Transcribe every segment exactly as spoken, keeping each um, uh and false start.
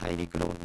大陸浪人。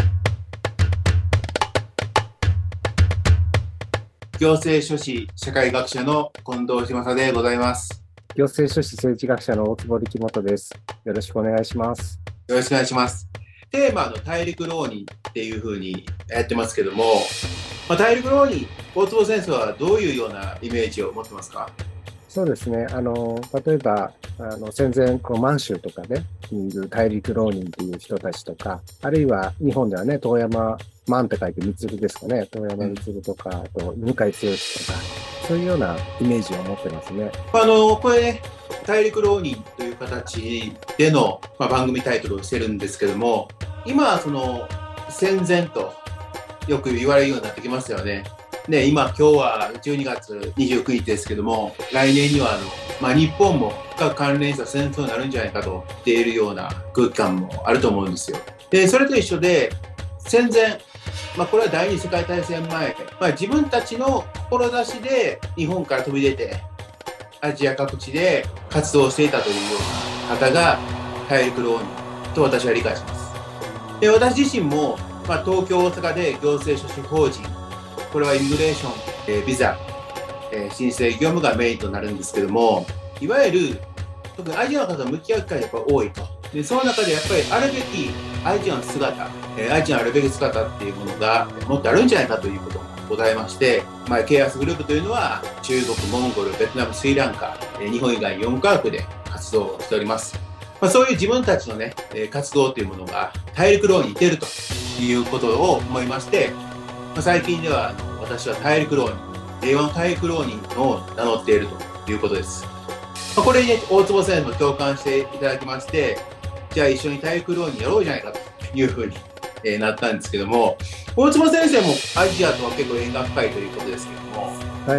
行政書士社会学者の近藤ひまさでございます。 行政書士政治学者の大坪力本です。よろしくお願いします。 よろしくお願いします。テーマの大陸浪人っていうふうにやってますけども、まあ、大陸浪人、大坪先生はどういうようなイメージを持ってますか？ そうですね。あの、例えば、あの戦前、こう満州とかね、にいる大陸浪人っていう人たちとか、あるいは日本ではね、遠山、満って書いて満ですかね、遠山満とか、あと向井剛とか、そういうようなイメージを持ってますね。 あのこれね、大陸浪人という形での、まあ、番組タイトルをしてるんですけども、今はその戦前とよく言われるようになってきましたよね。ね、今今日はじゅうにがつにじゅうくにちですけども、来年にはあの、まあ、日本も深く関連した戦争になるんじゃないかと言っているような空気感もあると思うんですよ。でそれと一緒で、戦前、まあ、これは第二次世界大戦前、まあ、自分たちの志で日本から飛び出てアジア各地で活動していたというような方が大陸浪人と私は理解します。で私自身も、まあ、東京大阪で行政書士法人、これはイミグレーション、えー、ビザ、えー、申請業務がメインとなるんですけども、いわゆる特にアジアの方と向き合う機会がやっぱ多いと。でその中でやっぱりあるべきアジアの姿、えー、アジアのあるべき姿っていうものがもっとあるんじゃないかということもございまして、まあ、ケイアスグループというのは中国、モンゴル、ベトナム、スリランカ、えー、日本以外よんカ国で活動しております。まあ、そういう自分たちのね、えー、活動というものが大陸浪に似ているということを思いまして、まあ、最近ではあの私は大陸浪人、令和の大陸浪人を名乗っているということです。まあ、これに、ね、大坪先生も共感していただきまして、じゃあ一緒に大陸浪人やろうじゃないかというふうに、えー、なったんですけども、大坪先生もアジアとは結構縁が深いということですけども。 はい、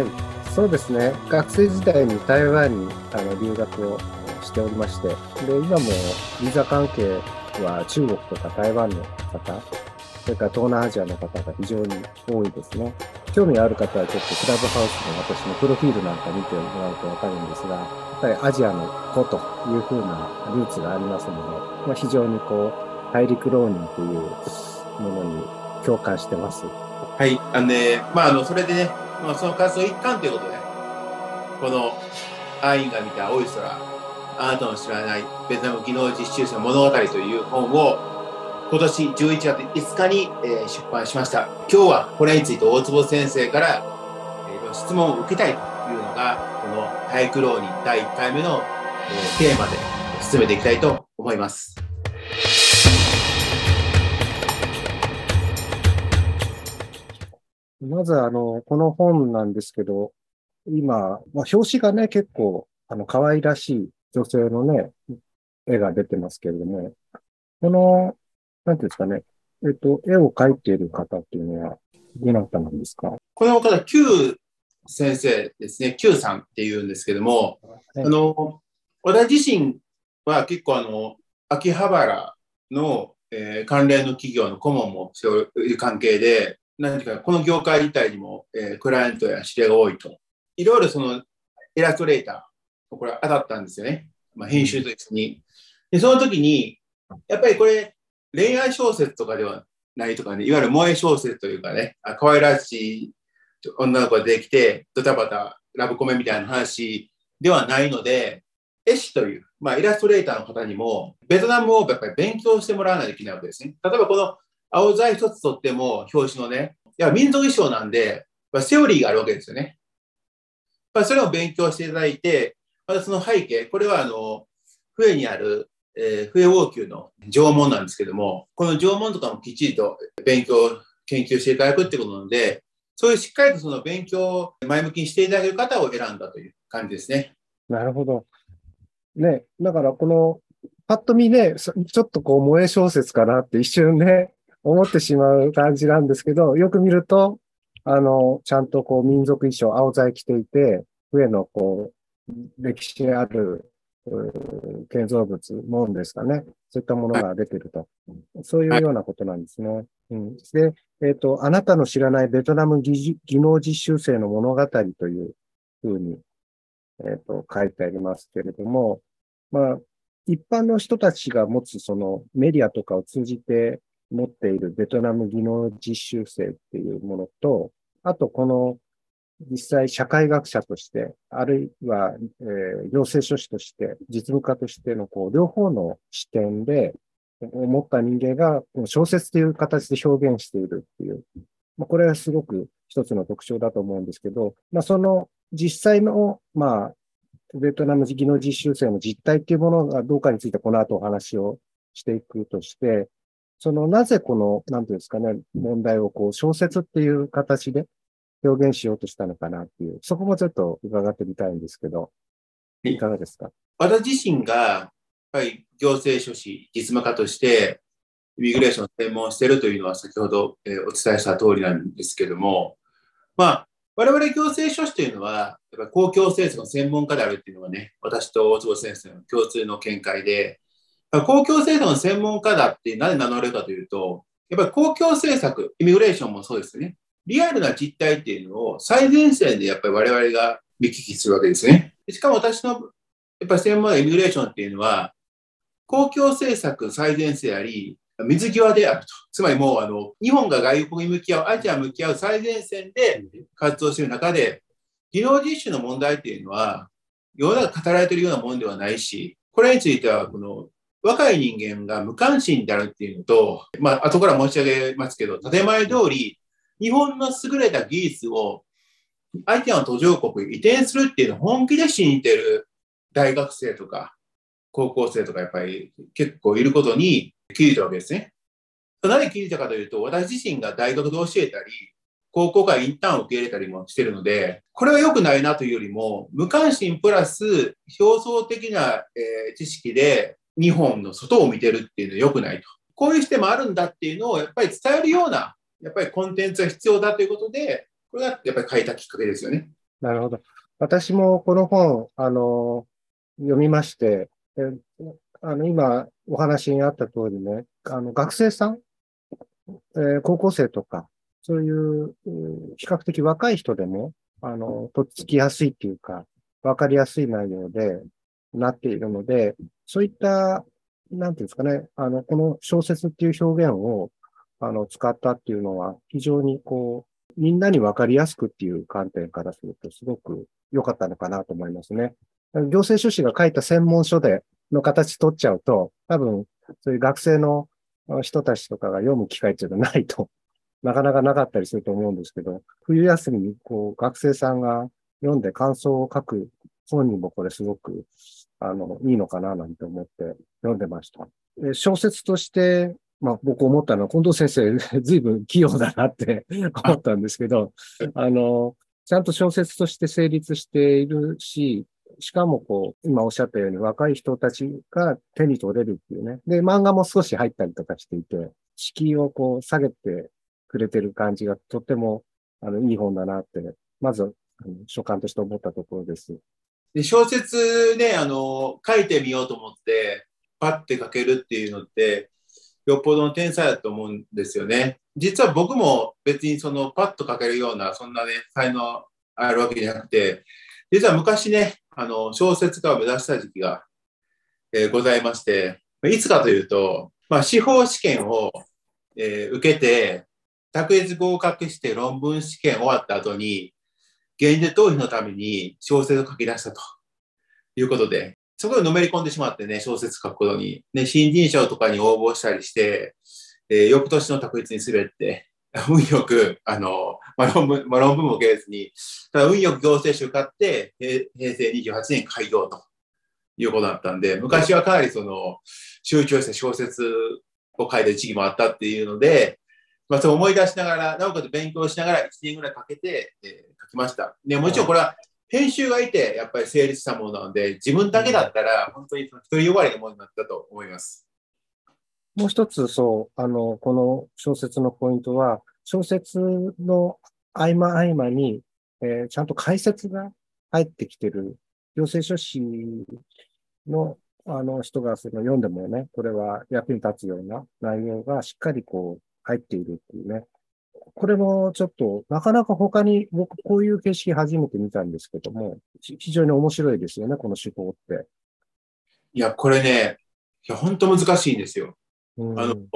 そうですね。学生時代に台湾にあの留学をしておりまして、で今もビザ関係は中国とか台湾の方、それから東南アジアの方が非常に多いですね。興味ある方はちょっとクラブハウスの私のプロフィールなんか見てもらうとわかるんですが、やっぱりアジアの子というふうなルーツがありますので、まあ、非常にこう大陸浪人というものに共感してます。 はい、あのね、まああのそれでね、まあ、その活動一環ということで、このアインが見た青い空、あなたの知らないベトナム技能実習生の物語という本を今年じゅういちがついつかに、えー、出版しました。今日はこれについて大坪先生から、えー、質問を受けたいというのが、この大陸浪人だいいっかいめの、えー、テーマで進めていきたいと思います。 まずあのこの本なんですけど、今、まあ、表紙がね結構あの可愛らしい女性のね絵が出てますけれども、このなんていうんですかね、えっと、絵を描いている方っていうのは、どなたなんですか？ この方、Q 先生ですね、Q さんっていうんですけども、はい、あの、私自身は結構あの、秋葉原の、えー、関連の企業の顧問もしている関係で、何ていうか、この業界自体にも、えー、クライアントや知り合いが多いと。いろいろその、イラストレーター、これ当たったんですよね。まあ、編集と一緒に。で、その時に、やっぱりこれ、恋愛小説とかではないとかね、いわゆる萌え小説というかね、可愛らしい女の子ができて、ドタバタ、ラブコメみたいな話ではないので、絵師という、まあ、イラストレーターの方にも、ベトナムをやっぱり勉強してもらわないといけないわけですね。例えばこの青材一つとっても、表紙のね、いや民族衣装なんで、セオリーがあるわけですよね。それを勉強していただいて、またその背景、これはあの、笛にある、えー、笛王宮の縄文なんですけども、この縄文とかもきっちりと勉強、研究していただくってことなので、そういうしっかりとその勉強を前向きにしていただける方を選んだという感じですね。 なるほど。ね、だからこの、パッと見ね、ちょっとこう萌え小説かなって一瞬ね、思ってしまう感じなんですけど、よく見ると、あの、ちゃんとこう民族衣装、青材着ていて、上のこう、歴史ある、建造物、門ですかね。そういったものが出てると。はい、そういうようなことなんですね。うん、で、えっと、あなたの知らないベトナム技能実習生の物語というふうに、えっと、書いてありますけれども、まあ、一般の人たちが持つそのメディアとかを通じて、 持っているベトナム技能実習生っていうものと、あとこの実際社会学者として、あるいは、えー、行政書士として、実務家としてのこう両方の視点で持った人間が小説という形で表現しているっていう、まあ、これはすごく一つの特徴だと思うんですけど、まあ、その実際の、まあ、ベトナム技能実習生の実態っていうものがどうかについてこの後お話をしていくとして、そのなぜこの、なんていうんですかね、問題をこう小説っていう形で表現しようとしたのかなっていう、そこもちょっと伺ってみたいんですけど、いかがですか？ 私自身が、やっぱり行政書士、実務家として、イミグレーションを専門しているというのは先ほど、えー、お伝えした通りなんですけども、まあ、我々行政書士というのは、やっぱり公共政策の専門家であるっていうのはね、私と大坪先生の共通の見解で、公共政策の専門家だってなぜ名乗れるかというと、やっぱり公共政策、イミグレーションもそうですね。リアルな実態っていうのを最前線でやっぱり我々が見聞きするわけですね。しかも私のやっぱり専門のイミグレーションっていうのは、公共政策最前線であり、水際であると。つまりもうあの、日本が外国に向き合う、アジア向き合う最前線で活動している中で、技能実習の問題っていうのは、世の中語られているようなものではないし、これについては、この若い人間が無関心であるっていうのと、まあ、後から申し上げますけど、建前通り、日本の優れた技術を相手の途上国に移転するっていうのを本気で信じている大学生とか、高校生とかやっぱり結構いることに気づいたわけですね。なぜ気づいたかというと、私自身が大学で教えたり、高校からインターンを受け入れたりもしているので、これは良くないなというよりも、無関心プラス表層的な、えー、知識で日本の外を見てるっていうのは良くないと。こういう視点もあるんだっていうのをやっぱり伝えるような、やっぱりコンテンツが必要だということで、これがやっぱり書いたきっかけですよね。 なるほど。私もこの本、あの、読みまして、えあの、今お話にあった通りね、あの、学生さん、えー高校生とか、そういう、うん比較的若い人でも、あの、とっつきやすいっていうか、わかりやすい内容でなっているので、そういった、なんていうんですかね、あの、この小説っていう表現を、あの、使ったっていうのは、非常にこう、みんなにわかりやすくっていう観点からすると、すごく良かったのかなと思いますね。行政書士が書いた専門書での形取っちゃうと、多分、そういう学生の人たちとかが読む機会っていうのはないと、なかなかなかったりすると思うんですけど、冬休みにこう学生さんが読んで感想を書く本にもこれすごく、あの、いいのかななんて思って読んでました。え小説として、まあ僕思ったのは、近藤先生、随分器用だなって思ったんですけど、あの、ちゃんと小説として成立しているし、しかもこう、今おっしゃったように若い人たちが手に取れるっていうね。で、漫画も少し入ったりとかしていて、敷居をこう下げてくれてる感じがとっても、あの、いい本だなって、まず、あの所感として思ったところです。 で小説ね、あの、書いてみようと思って、パッて書けるっていうのって、よっぽどの天才だと思うんですよね。実は僕も別にそのパッと書けるような、そんなね、才能あるわけじゃなくて、実は昔ね、あの、小説家を目指した時期が、えーございまして、いつかというと、まあ、司法試験を、えー受けて、卓越合格して論文試験終わった後に、現実逃避のために小説を書き出したということで、そこでのめり込んでしまってね、小説書くことに、ね、新人賞とかに応募したりして、えー翌年の卓越に滑って、運よく、あの、まあ、論文、まあ、論文も受けずに、ただ運よく行政書受かって、平平成にじゅうはちねん開業ということだったんで、昔はかなりその、集中して小説を書いた時期もあったっていうので、まあ、そう思い出しながら、なおかつ勉強しながらいちねんぐらいかけて、えー書きました。ね、もちろんこれは編集がいて、やっぱり成立したものなので、自分だけだったら、本当に独りよがりのものになったと思います。 もう一つ、そう、あの、この小説のポイントは、小説の合間合間に、えーちゃんと解説が入ってきてる、行政書士の、あの人がその読んでもね、これは役に立つような内容がしっかりこう入っているっていうね。これもちょっと、なかなか他に僕こういう形式初めて見たんですけども、ひ非常に面白いですよね、この手法って。 いや、これね、いや、本当難しいんですよ。 うあの、 ん。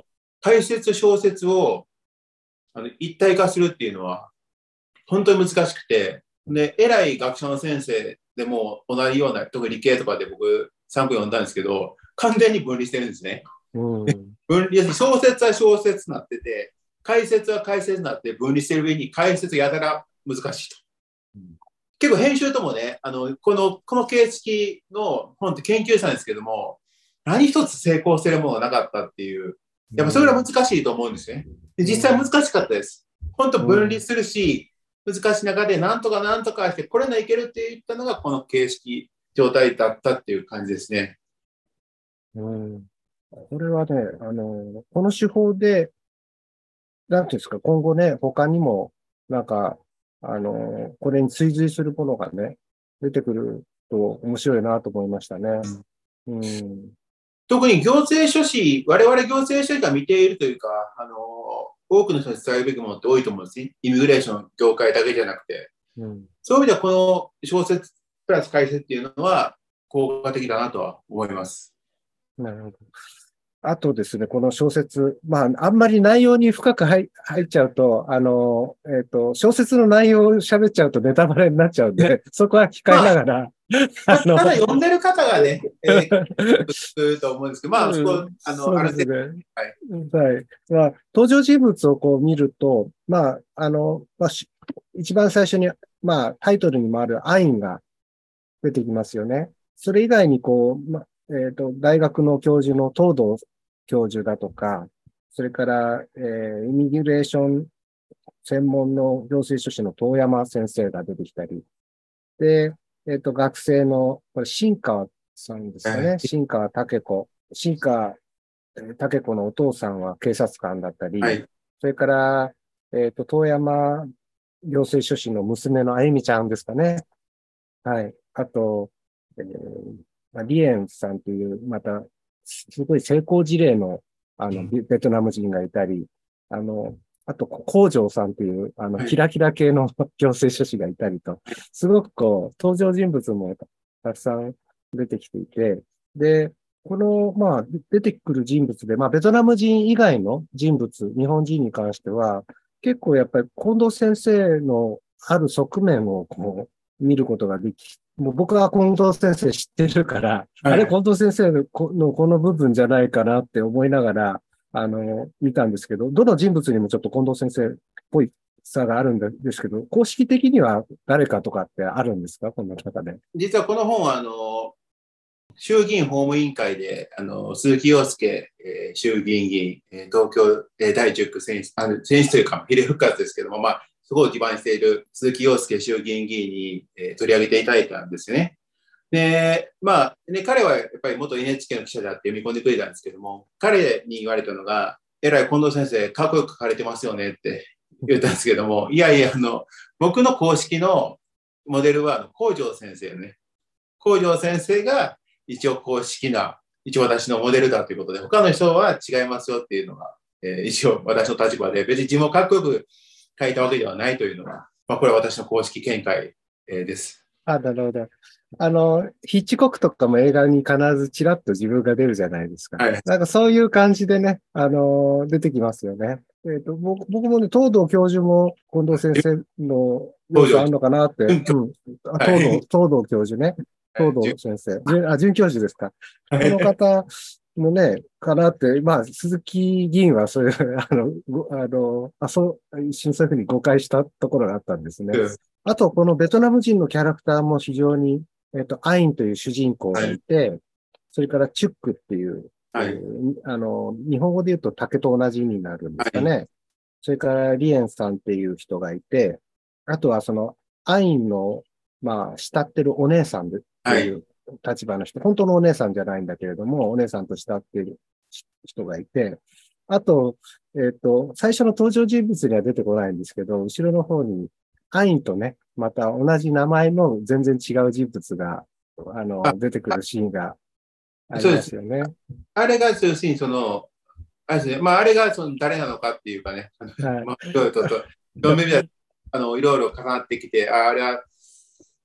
解説小説をあの一体化するっていうのは本当に難しくて、で、偉い学者の先生でも同じような、特に理系とかで僕さんぶん読んだんですけど、完全に分離してるんですね。 うん、 分離、小説は小説になってて、解説は解説になって分離してる上に解説やたら難しいと。うん、結構編集ともね、あの、この、この形式の本って研究したんですけども、何一つ成功してるものがなかったっていう、やっぱそれは難しいと思うんですね。で、実際難しかったです。本当分離するし、難しい中でなんとかなんとかして、これないけるって言ったのがこの形式状態だったっていう感じですね。 うん、これはね、あの、この手法で、なんていうんですか、今後ね、他にも、なんか、あの、これに追随するものがね、出てくると面白いなと思いましたね。うん、 特に行政書士、我々行政書士が見ているというか、あの、多くの人に伝えるべきものって多いと思うんですね。イミグレーション業界だけじゃなくて。うん、そういう意味では、この小説プラス解説っていうのは効果的だなとは思います。 なるほど。あとですね、この小説、まあ、あんまり内容に深く入入っちゃうと、あの、えっと、小説の内容を喋っちゃうとネタバレになっちゃうんで、そこは控えながら。 まあ、ただ読んでる方がね、えー、すると思うんですけど、まあ、そこ、あの、 そうですね。はい。はい。まあ、登場人物をこう見ると、まあ、あの、まあ、一番最初に、まあ、タイトルにもあるアインが出てきますよね。それ以外にこう、まあ、えっと、大学の教授の東堂教授だとか、それから、えー、イミグレーション専門の行政書士の遠山先生が出てきたり、で、えっと、学生の、これ、新川さんですかね。新川武子。新川武子のお父さんは警察官だったり、はい、それから、えっと、遠山行政書士の娘のあゆみちゃんですかね。はい。あと、えー、リエンさんという、また、すごい成功事例の、あの、ベトナム人がいたり、あの、あと、工場さんという、あの、キラキラ系の行政書士がいたりと、すごくこう、登場人物もたくさん出てきていて、で、この、まあ、出てくる人物で、まあ、ベトナム人以外の人物、日本人に関しては、結構やっぱり近藤先生のある側面をこう、見ることができ、もう僕は近藤先生知ってるから、はい、あれ近藤先生のこのこの部分じゃないかなって思いながら、あの、見たんですけど、どの人物にもちょっと近藤先生っぽい差があるんですけど、公式的には誰かとかってあるんですか、この中で。 実はこの本は、あの、衆議院法務委員会で、あの、鈴木陽介、えー、衆議院議員、えー、東京、えー、だいじゅっ区選出、あの選出というか、比例復活ですけども、まあ、そこを基盤している鈴木陽介衆議院議員に、えー、取り上げていただいたんですよね。で、まあ、ね、彼はやっぱり元 エヌエイチケー の記者だって読み込んでくれたんですけども、彼に言われたのが、えらい近藤先生、かっこよく書かれてますよねって言ったんですけども、いやいや、あの、僕の公式のモデルは、工場先生ね。工場先生が一応公式な、一応私のモデルだということで、他の人は違いますよっていうのが、えー、一応私の立場で、別に自分をかっこよく書いたわけではないというのが、まあ、これは私の公式見解、えー、です。 あ、なるほど。あの、ヒッチコックとかも映画に必ずチラッと自分が出るじゃないですか。はい。なんかそういう感じでね、あの、出てきますよね。えっと、僕僕もね、東堂教授も近藤先生の要素あるのかなって。うん。東堂、東堂教授ね。東堂先生。あ、准教授ですか。この方もね、かなって、まあ、鈴木議員はそういう、あの、あの、あ、そう、一瞬そういうふうに誤解したところがあったんですね。うん、あと、このベトナム人のキャラクターも非常に、えっと、アインという主人公がいて、はい、それからチュックっていう、はい、あの、日本語で言うと竹と同じ意味になるんですかね。はい、それからリエンさんっていう人がいて、あとはその、アインの、まあ、慕ってるお姉さんでっていう立場の人、はい、本当のお姉さんじゃないんだけれども、お姉さんと慕っている人がいて、あと、えっと、最初の登場人物には出てこないんですけど、後ろの方に、アインとね、また同じ名前の全然違う人物が、あの、あ出てくるシーンがありますよね。 あれが中心、その、あれですね、まあ、あれがその誰なのかっていうかね、はい、まあ、ちょっと、あの、いろいろ重なってきて、ああれは、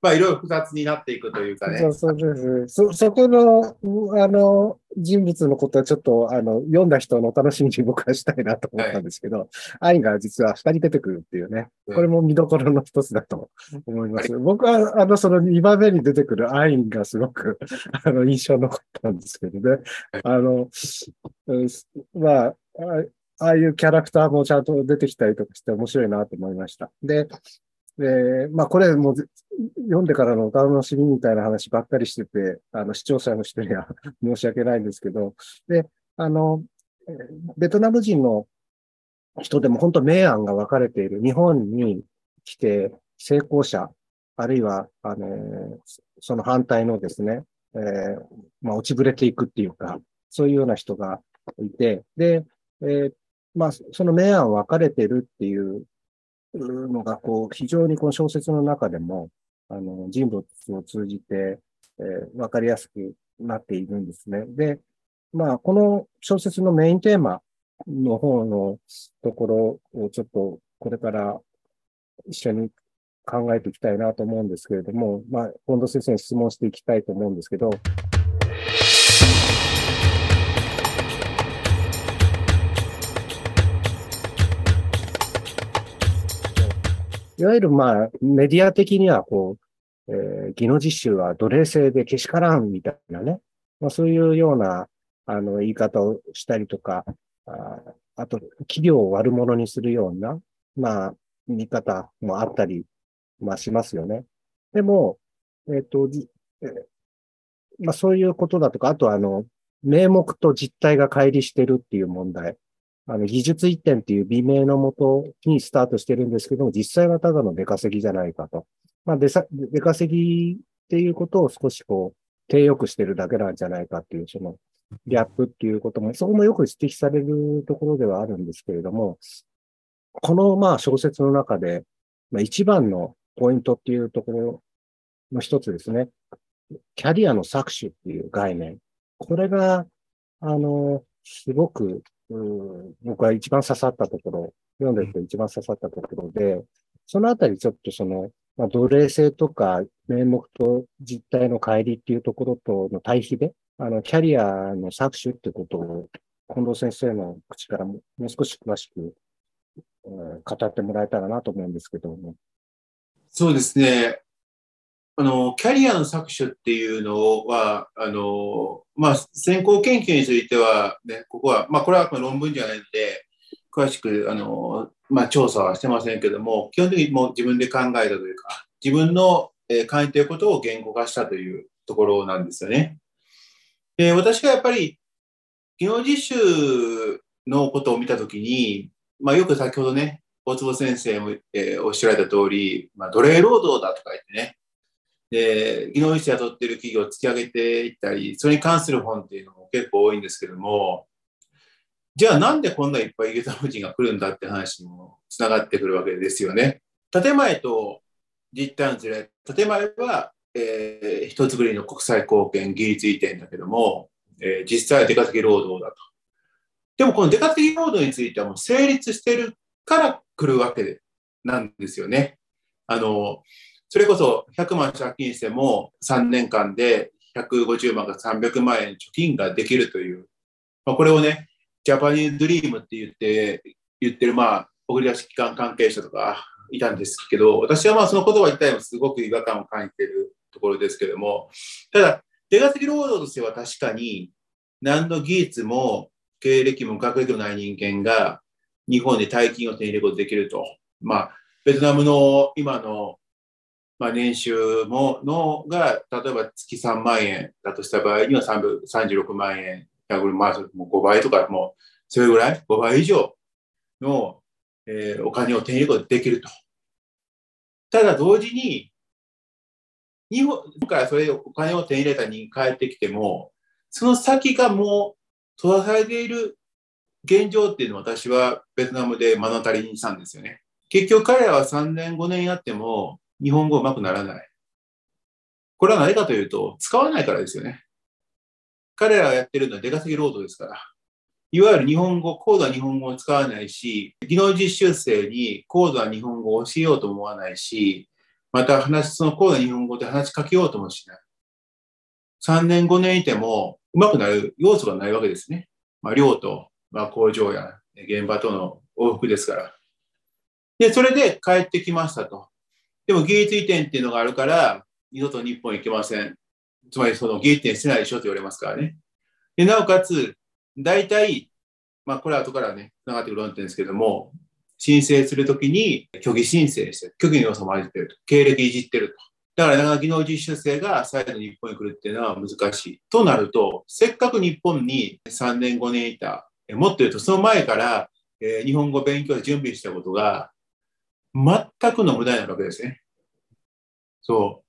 まあいろいろ複雑になっていくというかね。 そうそうです。そ、そこの、あの、人物のことはちょっと、あの、読んだ人の楽しみに僕はしたいなと思ったんですけど、愛が実は二人出てくるっていうね、これも見どころの一つだと思います。僕は、あの、そのにばんめに出てくる愛がすごく、あの、印象に残ったんですけどね。あの、うんまあ、あああいうキャラクターもちゃんと出てきたりとかして面白いなと思いました。で、で、まあこれもう読んでからのお楽しみみたいな話ばっかりしてて、あの視聴者の人には申し訳ないんですけど、で、あの、ベトナム人の人でも本当明暗が分かれている。日本に来て成功者、あるいは、あの、その反対のですね、えー、まあ落ちぶれていくっていうか、そういうような人がいて、で、えー、まあその明暗分かれてるっていうのが、こう、非常にこの小説の中でも、あの、人物を通じて、えー、わかりやすくなっているんですね。で、まあ、この小説のメインテーマの方のところをちょっと、これから一緒に考えていきたいなと思うんですけれども、まあ、近藤先生に質問していきたいと思うんですけど、いわゆるまあ、メディア的にはこう、えー技能実習は奴隷制でけしからんみたいなね。まあそういうような、あの、言い方をしたりとか、あ、あと、企業を悪者にするような、まあ、見方もあったり、まあしますよね。でも、えっと、じえーまあそういうことだとか、あとあの、名目と実態が乖離してるっていう問題。あの、技術一点っていう美名のもとにスタートしてるんですけども、実際はただの出稼ぎじゃないかと。まあ、出さ、出稼ぎっていうことを少しこう、低欲してるだけなんじゃないかっていう、その、ギャップっていうことも、そこもよく指摘されるところではあるんですけれども、このまあ小説の中で、まあ、一番のポイントっていうところの一つですね。キャリアの搾取っていう概念。これが、あの、すごく、うん僕は一番刺さったところ、読んでて一番刺さったところで、そのあたりちょっとその、まあ、奴隷制とか名目と実態の乖離っていうところとの対比で、あの、キャリアの搾取ってことを、近藤先生の口からももう少し詳しく、うん語ってもらえたらなと思うんですけども。 そうですね。あの、キャリアの搾取っていうのは、あの、まあ、先行研究については、ね、ここは、まあ、これは論文じゃないので、詳しく、あの、まあ、調査はしてませんけども、基本的にもう自分で考えたというか、自分の、えー感じていることを言語化したというところなんですよね。で、私がやっぱり、技能実習のことを見たときに、まあ、よく先ほどね、大坪先生も、えーおっしゃられた通り、まあ、奴隷労働だとか言ってね、で、技能実習雇っている企業を突き上げていったり、それに関する本っていうのも結構多いんですけども、じゃあなんでこんないっぱいベトナム人が来るんだって話にもつながってくるわけですよね。建前と実態のずれ、建前は、えー、一つぶりの国際貢献、技術移転だけども、えー、実際は出稼ぎ労働だと。でもこの出稼ぎ労働についてはもう成立してるから来るわけでなんですよね。あの、それこそひゃくまん借金してもさんねんかんでひゃくごじゅうまんからさんびゃくまん円貯金ができるという、まあ、これをね、ジャパニーズドリームって言って、言ってる、まあ、送り出し機関関係者とかいたんですけど、私はまあその言葉自体もすごく違和感を感じているところですけども、ただ、出稼ぎ労働としては確かに何の技術も経歴も学歴もない人間が日本で大金を手に入れることができると。まあ、ベトナムの今の、まあ、年収ものが、例えば月さんまん円だとした場合にはさんじゅうろくまん円、まあ、もうごばいとか、もうそれぐらい、ごばい以上の、えーお金を手に入れることができると。ただ同時に、日本からそれお金を手に入れたに帰ってきても、その先がもう閉ざされている現状っていうのを私はベトナムで目の当たりにしたんですよね。結局彼らはさんねん、ごねんやっても日本語うまくならない。これは何かというと、使わないからですよね。彼らがやってるのは出稼ぎ労働ですから。いわゆる日本語、高度な日本語を使わないし、技能実習生に高度な日本語を教えようと思わないし、 また話、その高度な日本語で話しかけようともしない。さんねん、ごねんいても、うまくなる要素がないわけですね。まあ、寮と、まあ、工場や現場との往復ですから。で、それで帰ってきましたと。でも、技術移転っていうのがあるから、二度と日本行けません。つまり、その技術移転してないでしょと言われますからね。で、なおかつ、大体、まあ、これは後からね、繋がってくる論点ですけども、申請するときに虚偽申請して、虚偽の要素も入ってると。経歴いじってると。だからなかなか技能実習生が再度日本に来るっていうのは難しい。となると、せっかく日本にさんねん、ごねんいた、もっと言うとその前から、えー、日本語勉強で準備したことが全くの無駄になるわけですね。そう。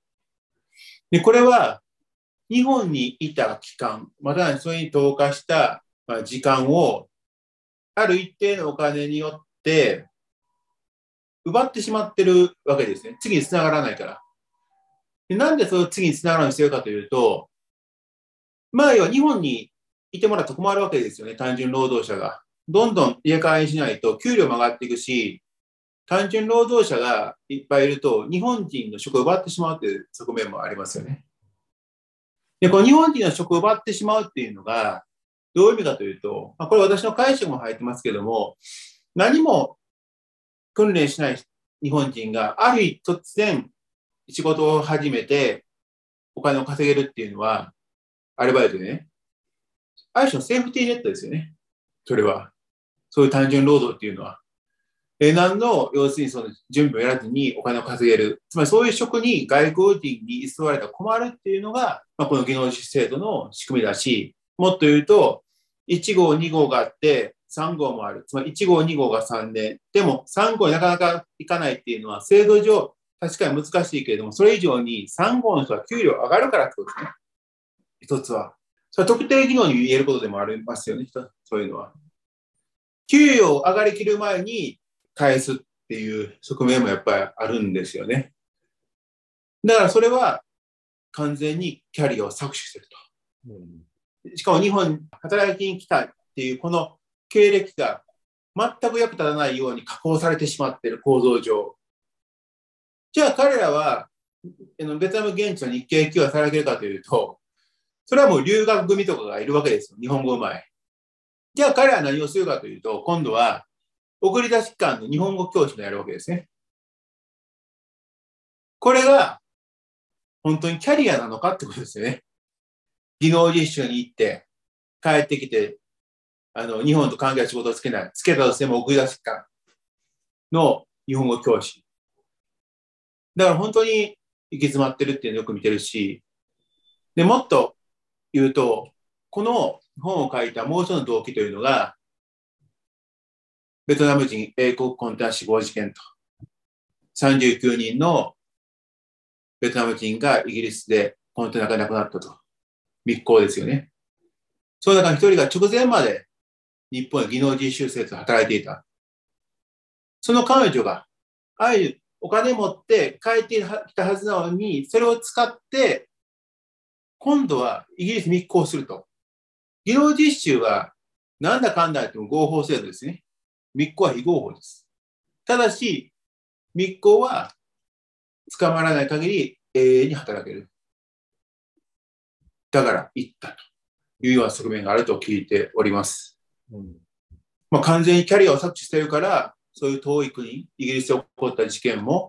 で、これは日本にいた期間、またはそれに投下した時間をある一定のお金によって奪ってしまってるわけですね。次に繋がらないから。でなんでその次に繋がらないようにしてるかというと、まあ、要は日本にいてもらったら困るわけですよね、単純労働者が。どんどん入れ替えしないと給料も上がっていくし、単純労働者がいっぱいいると、日本人の職を奪ってしまうという側面もありますよね。で、この日本人の職を奪ってしまうっていうのが、どういう意味かというと、まあ、これ私の解釈も入ってますけども、何も訓練しない日本人が、ある日突然仕事を始めてお金を稼げるっていうのは、アルバイトでね、ある種のセーフティーネットですよね。それは。そういう単純労働っていうのは。え何の、要するにその準備をやらずにお金を稼げる。つまりそういう職に外国人に居座られたら困るっていうのが、まあ、この技能実習制度の仕組みだし、もっと言うと、いち号、に号があって、さん号もある。つまりいち号、に号がさんねん。でもさん号になかなかいかないっていうのは、制度上、確かに難しいけれども、それ以上にさん号の人は給料上がるからってことですね。一つは。それは特定技能に言えることでもありますよね、そういうのは。給与上がりきる前に返すっていう側面もやっぱりあるんですよね。だからそれは完全にキャリアを搾取してると。うん、しかも日本に働きに来たっていうこの経歴が全く役立たないように加工されてしまっている構造上。じゃあ彼らはベトナム現地の日系企業が働けるかというと、それはもう留学組とかがいるわけですよ。日本語うまい。じゃあ彼らは何をするかというと、今度は送り出し機関の日本語教師をやるわけですね。これが本当にキャリアなのかってことですよね。技能実習に行って帰ってきて、あの日本と関係ある仕事をつけない。つけたとしても送り出し機関の日本語教師。だから本当に行き詰まってるっていうのをよく見てるし、でもっと言うと、この本を書いたもう一つの動機というのが、ベトナム人英国コンテナ死亡事件と、さんじゅうきゅうにんのベトナム人がイギリスでコンテナが亡くなったと。密航ですよね。その中の一人が直前まで日本へ技能実習生と働いていた。その彼女が、ああいうお金持って帰ってきたはずなのに、それを使って、今度はイギリス密航すると。技能実習は、なんだかんだ言っても合法制度ですね。密航は非合法です。ただし、密航は捕まらない限り永遠に働ける。だから行ったというような側面があると聞いております。うんまあ、完全にキャリアを搾取しているから、そういう遠い国、イギリスで起こった事件も、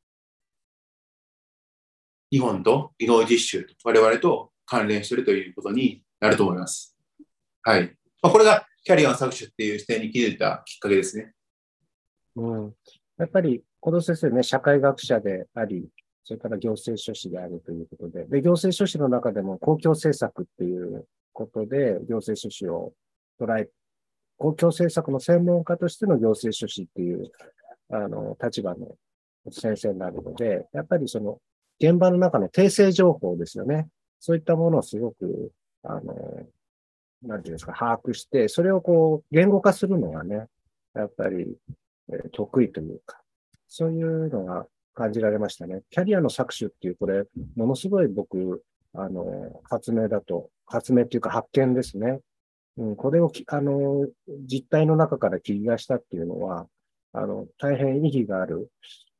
日本と技能実習と我々と関連しているということになると思います。はい。まあ、これがキャリアの搾取っていう視点に気づいたきっかけですね。 うん。やっぱり、この先生ね、社会学者であり、それから行政書士であるということで、で、行政書士の中でも公共政策っていうことで、行政書士を捉え、公共政策の専門家としての行政書士っていう、あの、立場の先生になるので、やっぱりその、現場の中の訂正情報ですよね。そういったものをすごく、あの、なんていうんですか、把握して、それをこう、言語化するのがね、やっぱり、えー、得意というか、そういうのが感じられましたね。キャリアの搾取っていう、これ、ものすごい僕、あの、発明だと、発明っていうか発見ですね。うん、これをき、あの、実態の中から切り出したっていうのは、あの、大変意義がある、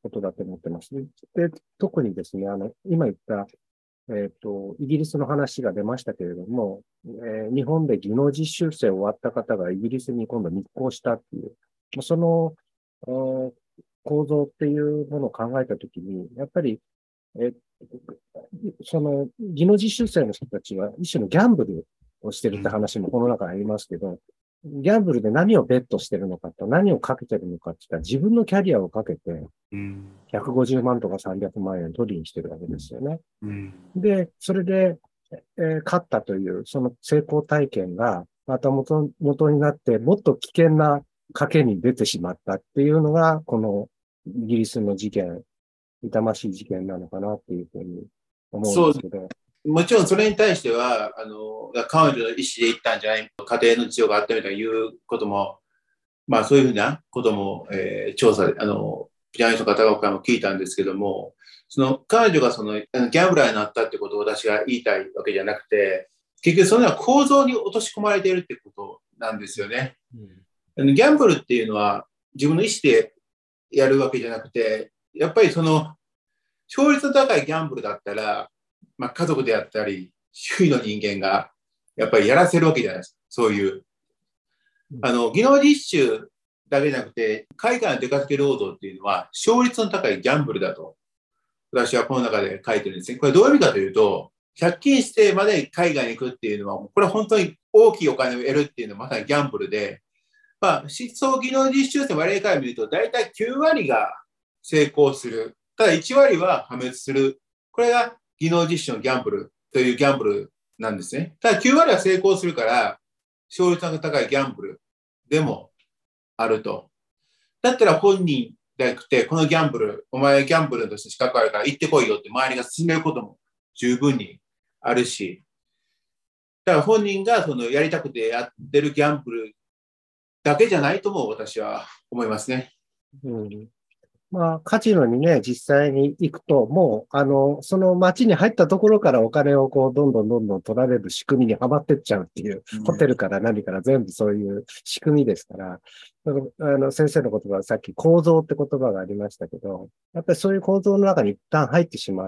ことだと思ってます。で、特にですね、あの、今言った、えっと、イギリスの話が出ましたけれども、えー日本で技能実習生終わった方がイギリスに今度密航したっていう、まあその、あー構造っていうものを考えたときに、やっぱり、えその技能実習生の人たちは一種のギャンブルをしてるって話もこの中にありますけど、ギャンブルで何をベットしてるのかと、何をかけてるのかって言ったら自分のキャリアをかけて、ひゃくごじゅうまんとかさんびゃくまん円取りにしてるわけですよね。で、それで、えー勝ったという、その成功体験が、また元、元になって、もっと危険な賭けに出てしまったっていうのが、このイギリスの事件、痛ましい事件なのかなっていうふうに思うんそう、 ですけど。 もちろんそれに対しては、あの、彼女の意思で行ったんじゃない、家庭の事情があったみたいないうことも、まあそういうふうなことも、えー調査で、あの、ジャーナリストの方からも聞いたんですけども、その彼女がそのギャンブラーになったってことを私が言いたいわけじゃなくて、結局そのような構造に落とし込まれているってことなんですよね。うん、ギャンブルっていうのは自分の意思でやるわけじゃなくて、やっぱりその勝率の高いギャンブルだったら、まあ、家族であったり、周囲の人間がやっぱりやらせるわけじゃないですか。そういう。あの、技能実習だけじゃなくて、海外の出かけ労働っていうのは、勝率の高いギャンブルだと、私はこの中で書いてるんですね。これどういう意味かというと、借金してまで海外に行くっていうのは、これは本当に大きいお金を得るっていうのはまさにギャンブルで、まあ、失踪技能実習生割合から見ると、大体きゅう割が成功する。ただいち割は破滅する。これが技能実習のギャンブルというギャンブルなんですね。ただきゅう割は成功するから、勝率が高いギャンブルでもあると。だったら本人じゃなくて、このギャンブル、お前ギャンブルとして資格あるから行ってこいよって周りが進めることも十分にあるし、だから本人がそのやりたくてやってるギャンブルだけじゃないとも私は思いますね。 うん、まあ、カジノにね、実際に行くと、もう、あの、その街に入ったところからお金をこう、どんどんどんどん取られる仕組みにはまってっちゃうっていう、うん、ホテルから何から全部そういう仕組みですから、あの、先生の言葉はさっき構造って言葉がありましたけど、やっぱりそういう構造の中に一旦入ってしまって、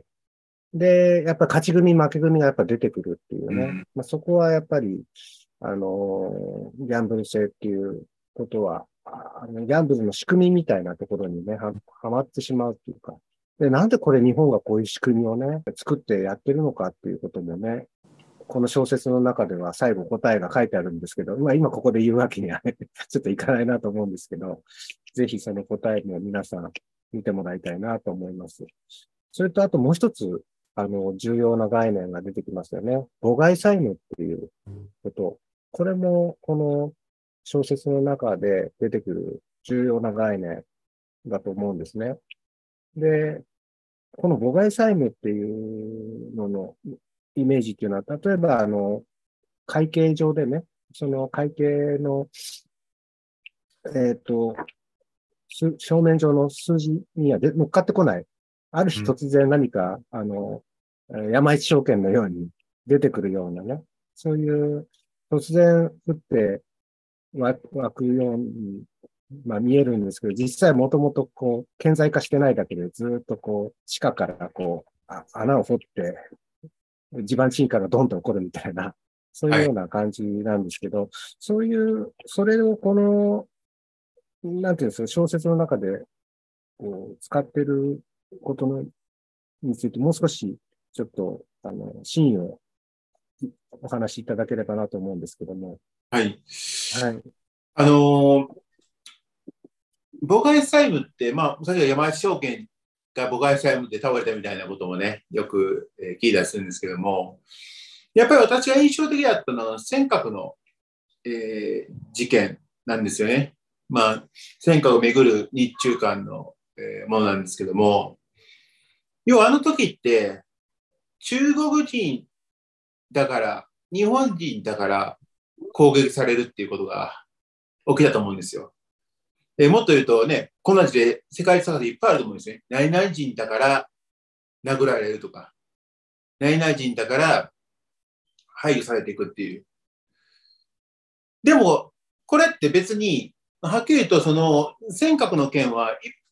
で、やっぱ勝ち組負け組がやっぱ出てくるっていうね。うん、まあ、そこはやっぱり、あの、ギャンブル性っていうことは、あのギャンブルの仕組みみたいなところにね、は、はまってしまうっていうか。で、なんでこれ日本がこういう仕組みをね、作ってやってるのかっていうこともね、この小説の中では最後答えが書いてあるんですけど、まあ今ここで言うわけにはね、ちょっといかないなと思うんですけど、ぜひその答えも皆さん見てもらいたいなと思います。それとあともう一つ、あの、重要な概念が出てきますよね。母外債務っていうこと。これも、この小説の中で出てくる重要な概念だと思うんですね。で、この母外債務っていうののイメージっていうのは、例えば、あの、会計上でね、その会計の、えっと、表面上の数字には乗っかってこない。ある日突然何か、うん、あの、山一証券のように出てくるようなね、そういう突然降って湧くように、まあ、見えるんですけど、実際もともとこう、顕在化してないだけでずっとこう、地下からこう、あ穴を掘って、地盤沈下がどんどん起こるみたいな、そういうような感じなんですけど、はい、そういう、それをこの、なんていうんですか、小説の中でこう使ってることのについてもう少しちょっと、あの、真意をお話しいただければなと思うんですけども。 はい。 はい。 あのー、母外債務って、まあ、さっき山一証券が母外債務で倒れたみたいなこともね、よく聞いたりするんですけども、やっぱり私が印象的だったのは尖閣の、えー、事件なんですよね。まあ、尖閣をめぐる日中間の、えー、ものなんですけども、要はあの時って中国人だから、日本人だから攻撃されるっていうことが起きたと思うんですよ。えー、もっと言うとね、こんな字で世界探しいっぱいあると思うんですね。何々人だから殴られるとか、何々人だから排除されていくっていう。でも、これって別に、はっきり言うと、その、尖閣の件は、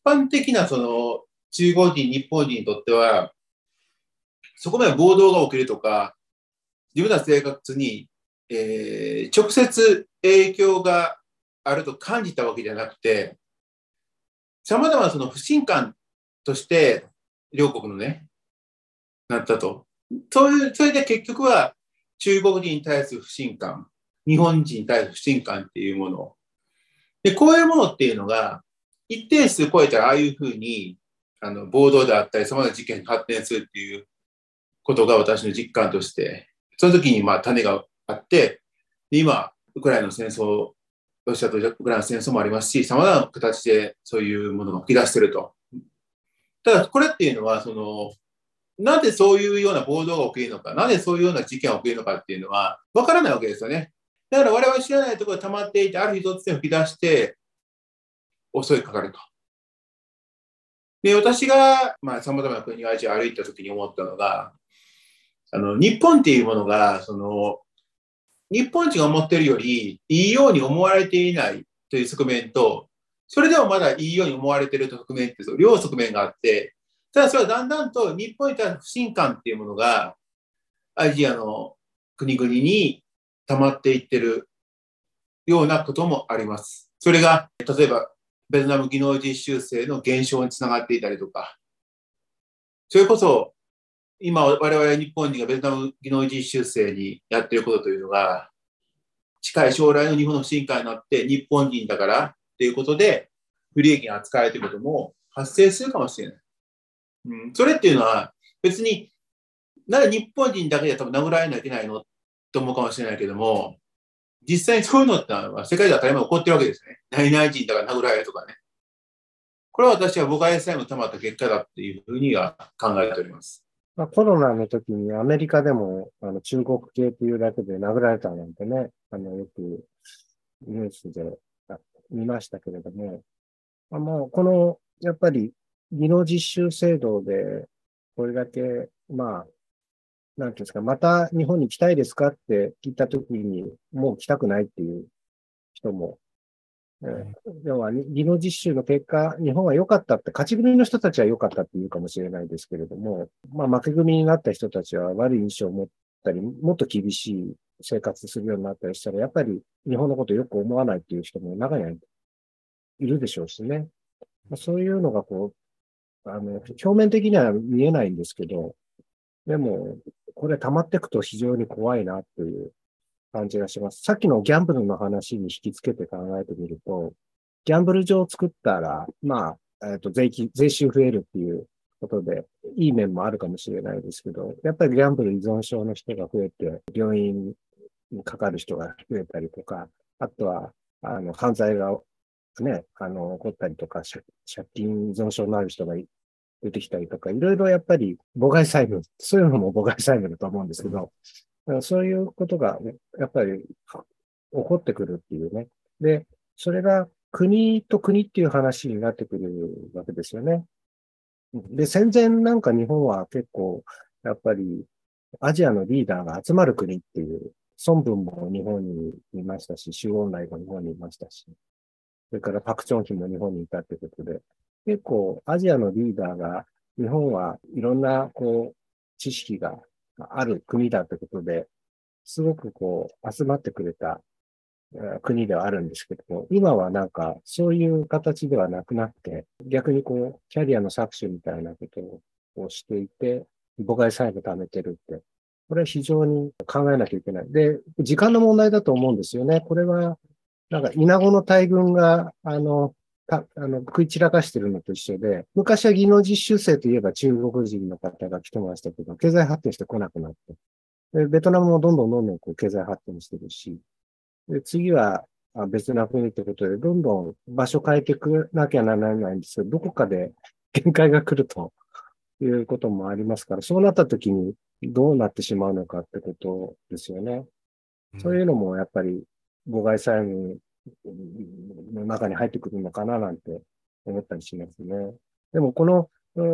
般的なその中国人、日本人にとっては、そこまで暴動が起きるとか、自分の生活に、えー、直接影響があると感じたわけじゃなくて、様々なその不信感として、両国のね、なったと。そういう、それで結局は中国人に対する不信感、日本人に対する不信感っていうもの。で、こういうものっていうのが、一定数超えたら、ああいうふうに、あの、暴動であったり、様々な事件に発展するっていうことが私の実感として、その時にまあ種があって、今、ウクライナの戦争、ロシアとウクライナの戦争もありますし、様々な形でそういうものが噴き出していると。ただ、これっていうのは、その、なぜそういうような暴動が起きるのか、なぜそういうような事件が起きるのかっていうのは、わからないわけですよね。だから我々知らないところが溜まっていて、ある日突然吹き出して、襲いかかると。で、私が、まあ、様々な国をアジア歩いた時に思ったのが、あの、日本っていうものが、その、日本人が思っているよりいいように思われていないという側面と、それでもまだいいように思われている側面って、両側面があって、ただそれはだんだんと日本に対する不信感っていうものが、アジアの国々に溜まっていってるようなこともあります。それが、例えば、ベトナム技能実習生の減少につながっていたりとか、それこそ、今、我々日本人がベトナム技能実習生にやっていることというのが、近い将来の日本の不信感になって、日本人だからっていうことで、不利益が扱われていることも発生するかもしれない。うん、それっていうのは、別に、なぜ日本人だけで多分殴られないといけないのと思うかもしれないけども、実際にそういうのってのは世界で当たり前起こってるわけですね。何々人だから殴られるとかね。これは私は誤解さえも溜まった結果だっていうふうには考えております。 まあ、コロナの時にアメリカでもあの中国系というだけで殴られたなんてね、あのよくニュースで見ましたけれども、まあ、もうこのやっぱり技能実習制度でこれだけ、まあ、なんていうんですか、また日本に来たいですかって聞いた時に、もう来たくないっていう人も、えー要は技能実習の結果、日本は良かったって、勝ち組の人たちは良かったって言うかもしれないですけれども、まあ負け組になった人たちは悪い印象を持ったり、もっと厳しい生活するようになったりしたら、やっぱり日本のことをよく思わないっていう人も中にはいるでしょうしね。そういうのがこう、あの、表面的には見えないんですけど、でも、これ溜まっていくと非常に怖いなっていう感じがします。さっきのギャンブルの話に引き付けて考えてみると、ギャンブル場を作ったら、まあ、えっと、税金、税収増えるっていうことで、いい面もあるかもしれないですけど、やっぱりギャンブル依存症の人が増えて、病院にかかる人が増えたりとか、あとは、あの、犯罪がね、あの、起こったりとか、借金依存症のある人が出てきたりとか、いろいろやっぱり妨害債務、そういうのも妨害債務だと思うんですけど、そういうことがやっぱり起こってくるっていうね。で、それが国と国っていう話になってくるわけですよね。で、戦前なんか日本は結構、やっぱりアジアのリーダーが集まる国っていう、孫文も日本にいましたし、周恩来も日本にいましたし、それからパクチョンヒも日本にいたってことで、結構アジアのリーダーが日本はいろんなこう知識がある国だってことで、すごくこう集まってくれた国ではあるんですけども、今はなんかそういう形ではなくなって、逆にこうキャリアの搾取みたいなことをしていて、母外債務貯めてるって、これは非常に考えなきゃいけない。で、時間の問題だと思うんですよね。これはなんか、イナゴの大群が、あの、たあの食い散らかしてるのと一緒で、昔は技能実習生といえば中国人の方が来てましたけど、経済発展してこなくなって。でベトナムもどんどんどんどんこう経済発展してるし、で次は別な国ってことで、どんどん場所変えていくなきゃならないんですけど、どこかで限界が来るということもありますから、そうなった時にどうなってしまうのかってことですよね。そういうのもやっぱり妨害債務の中に入ってくるのかななんて思ったりしますね。でもこの、うん、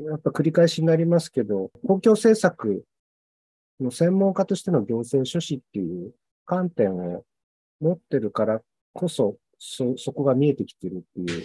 やっぱ繰り返しになりますけど、公共政策の専門家としての行政書士っていう観点を持ってるからこそ、そ、そこが見えてきてるっていう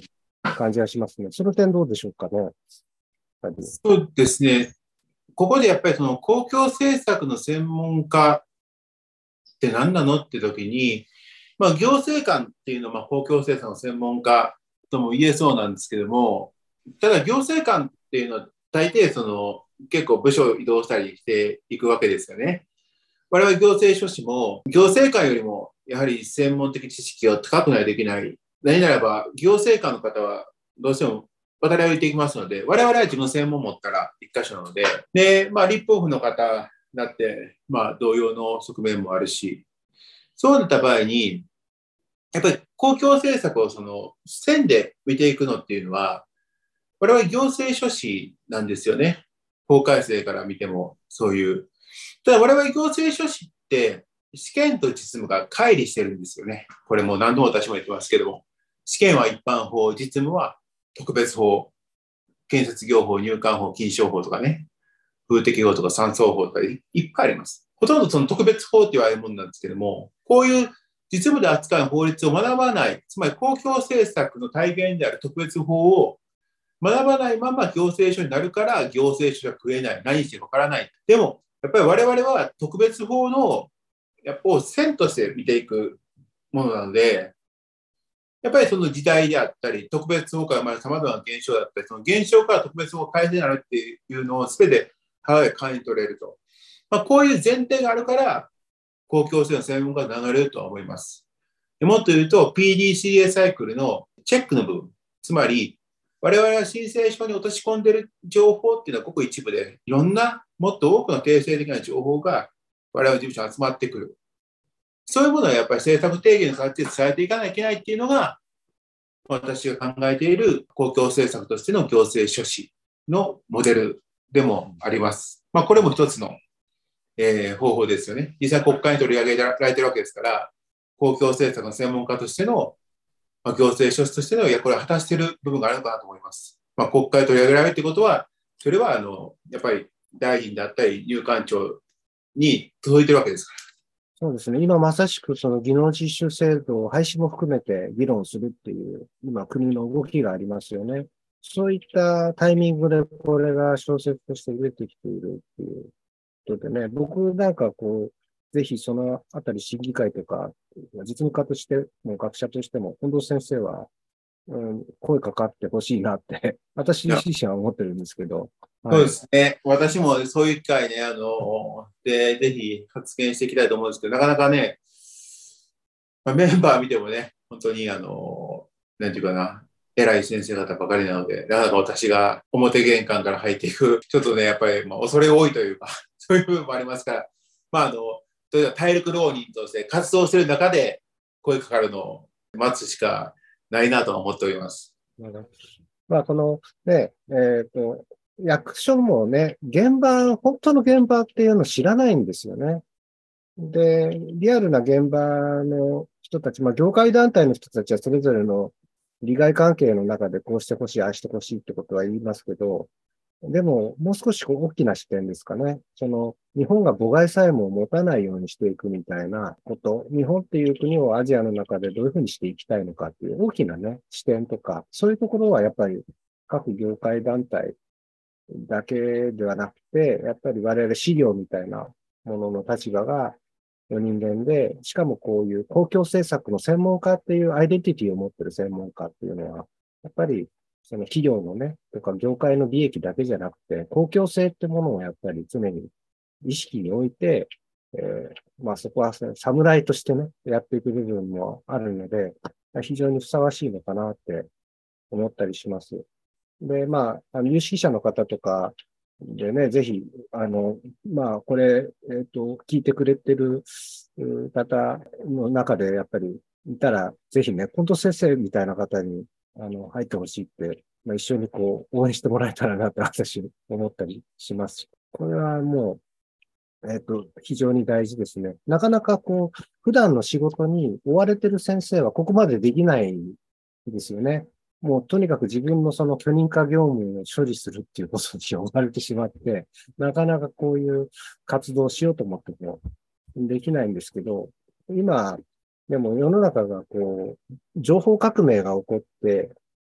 感じがしますね。その点どうでしょうかね。やっぱりそうですね。ここでやっぱりその公共政策の専門家って何なのって時に、まあ、行政官っていうのはまあ公共政策の専門家とも言えそうなんですけども、ただ行政官っていうのは大抵その結構部署を移動したりしていくわけですよね。我々行政書士も行政官よりもやはり専門的知識が高くないといけない。何ならば行政官の方はどうしても渡り歩いていきますので、我々は自分の専門を持ったら一箇所なので、で、まあ立法府の方だって、まあ同様の側面もあるし、そうなった場合に、やっぱり公共政策をその線で見ていくのっていうのは、我々行政書士なんですよね。法改正から見てもそういう。ただ我々行政書士って試験と実務が乖離してるんですよね。これも何度も私も言ってますけども。試験は一般法、実務は特別法、建設業法、入管法、金商法とかね、風適法とか山荘法とかいっぱいあります。ほとんどその特別法って言われるものなんですけども、こういう実務で扱う法律を学ばない、つまり公共政策の体現である特別法を学ばないまま行政書になるから行政書が食えない。何してわからない。でも、やっぱり我々は特別法のやっぱ線として見ていくものなので、やっぱりその時代であったり、特別法から生まれる様々な現象だったり、その現象から特別法を改正になるっていうのを全て肌で感じ取れると。まあ、こういう前提があるから、公共政の専門家が流れるとは思います。もっと言うと、ピーディーシーエー サイクルのチェックの部分、つまり、我々が申請書に落とし込んでいる情報っていうのはごく一部で、いろんなもっと多くの定性的な情報が我々の事務所に集まってくる。そういうものはやっぱり政策提言の形で伝えていかなきゃいけないっていうのが、私が考えている公共政策としての行政書士のモデルでもあります。まあ、これも一つの、えー、方法ですよね。実際国会に取り上げられているわけですから、公共政策の専門家としての、まあ、行政書士としての役割を果たしている部分があるのかなと思います。まあ、国会に取り上げられるということは、それはあのやっぱり大臣であったり入管庁に届いているわけですから。 そうですね。今まさしくその技能実習制度を廃止も含めて議論するっていう、今国の動きがありますよね。そういったタイミングでこれが小説として出てきているっていうことでね、僕なんかこう、ぜひそのあたり審議会とか、実務家としても学者としても、近藤先生は、うん、声かかってほしいなって、私自身は思ってるんですけど。 そうはい。 ですね。私もそういう機会ね、あの、で、ぜひ発言していきたいと思うんですけど、なかなかね、まあ、メンバー見てもね、本当にあの、なんていうかな、偉い先生方ばかりなので、なかなか私が表玄関から入っていく、ちょっとね、やっぱり、まあ、恐れ多いというか、そういう部分もありますから、まあ、あの、例えば体力浪人として活動している中で声かかるのを待つしかないなと思っております。 まあ、このね、えっと、役所もね、現場、本当の現場っていうのを知らないんですよね。で、リアルな現場の人たち、まあ、業界団体の人たちはそれぞれの利害関係の中でこうしてほしい、ああしてほしいってことは言いますけど、でも、もう少しこう大きな視点ですかね。その、日本が母外債務を持たないようにしていくみたいなこと、日本っていう国をアジアの中でどういうふうにしていきたいのかっていう大きなね、視点とか、そういうところはやっぱり各業界団体だけではなくて、やっぱり我々資料みたいなものの立場が人間で、しかもこういう公共政策の専門家っていうアイデンティティを持ってる専門家っていうのは、やっぱりその企業のね、とか業界の利益だけじゃなくて、公共性ってものをやっぱり常に意識に置いて、えー、まあそこは侍としてね、やっていく部分もあるので、非常にふさわしいのかなって思ったりします。で、まあ、あの有識者の方とかでね、ぜひ、あの、まあ、これ、えっと、聞いてくれてる方の中で、やっぱりいたら、ぜひね、近藤先生みたいな方に、あの、入ってほしいって、まあ、一緒にこう、応援してもらえたらなって私、思ったりします。これはもう、えっと、非常に大事ですね。なかなかこう、普段の仕事に追われてる先生はここまでできないんですよね。もうとにかく自分のその許認可業務を処理するっていうことに追われてしまって、なかなかこういう活動をしようと思ってもできないんですけど、今、でも世の中がこう、情報革命が起こって、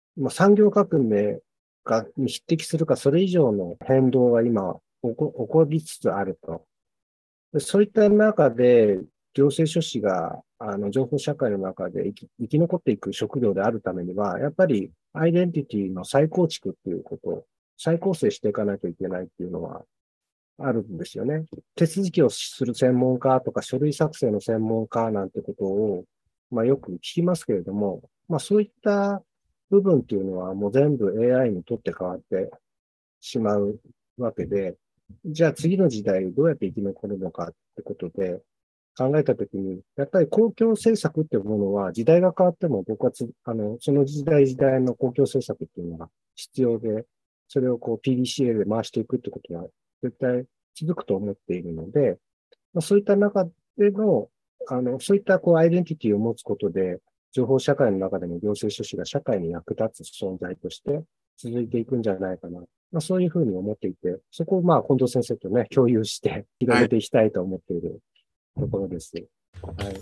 まあ、産業革命がに匹敵するか、それ以上の変動が今起こ、起こりつつあると。でそういった中で、行政書士が、あの、情報社会の中で生き、生き残っていく職業であるためには、やっぱり、アイデンティティの再構築っていうことを、再構成していかないといけないっていうのは、あるんですよね。手続きをする専門家とか書類作成の専門家なんてことを、まあよく聞きますけれども、まあそういった部分っていうのはもう全部 エーアイ にとって変わってしまうわけで、じゃあ次の時代どうやって生き残るのかってことで考えたときに、やっぱり公共政策っていうものは時代が変わっても僕はつ、あの、その時代時代の公共政策っていうのが必要で、それをこう ピーディーシーエー で回していくってことは絶対続くと思っているので、まあ、そういった中での、あの、そういったこうアイデンティティを持つことで、情報社会の中での行政書士が社会に役立つ存在として続いていくんじゃないかな。まあ、そういうふうに思っていて、そこをまあ近藤先生とね、共有して広はい。 げていきたいと思っているところです。はい。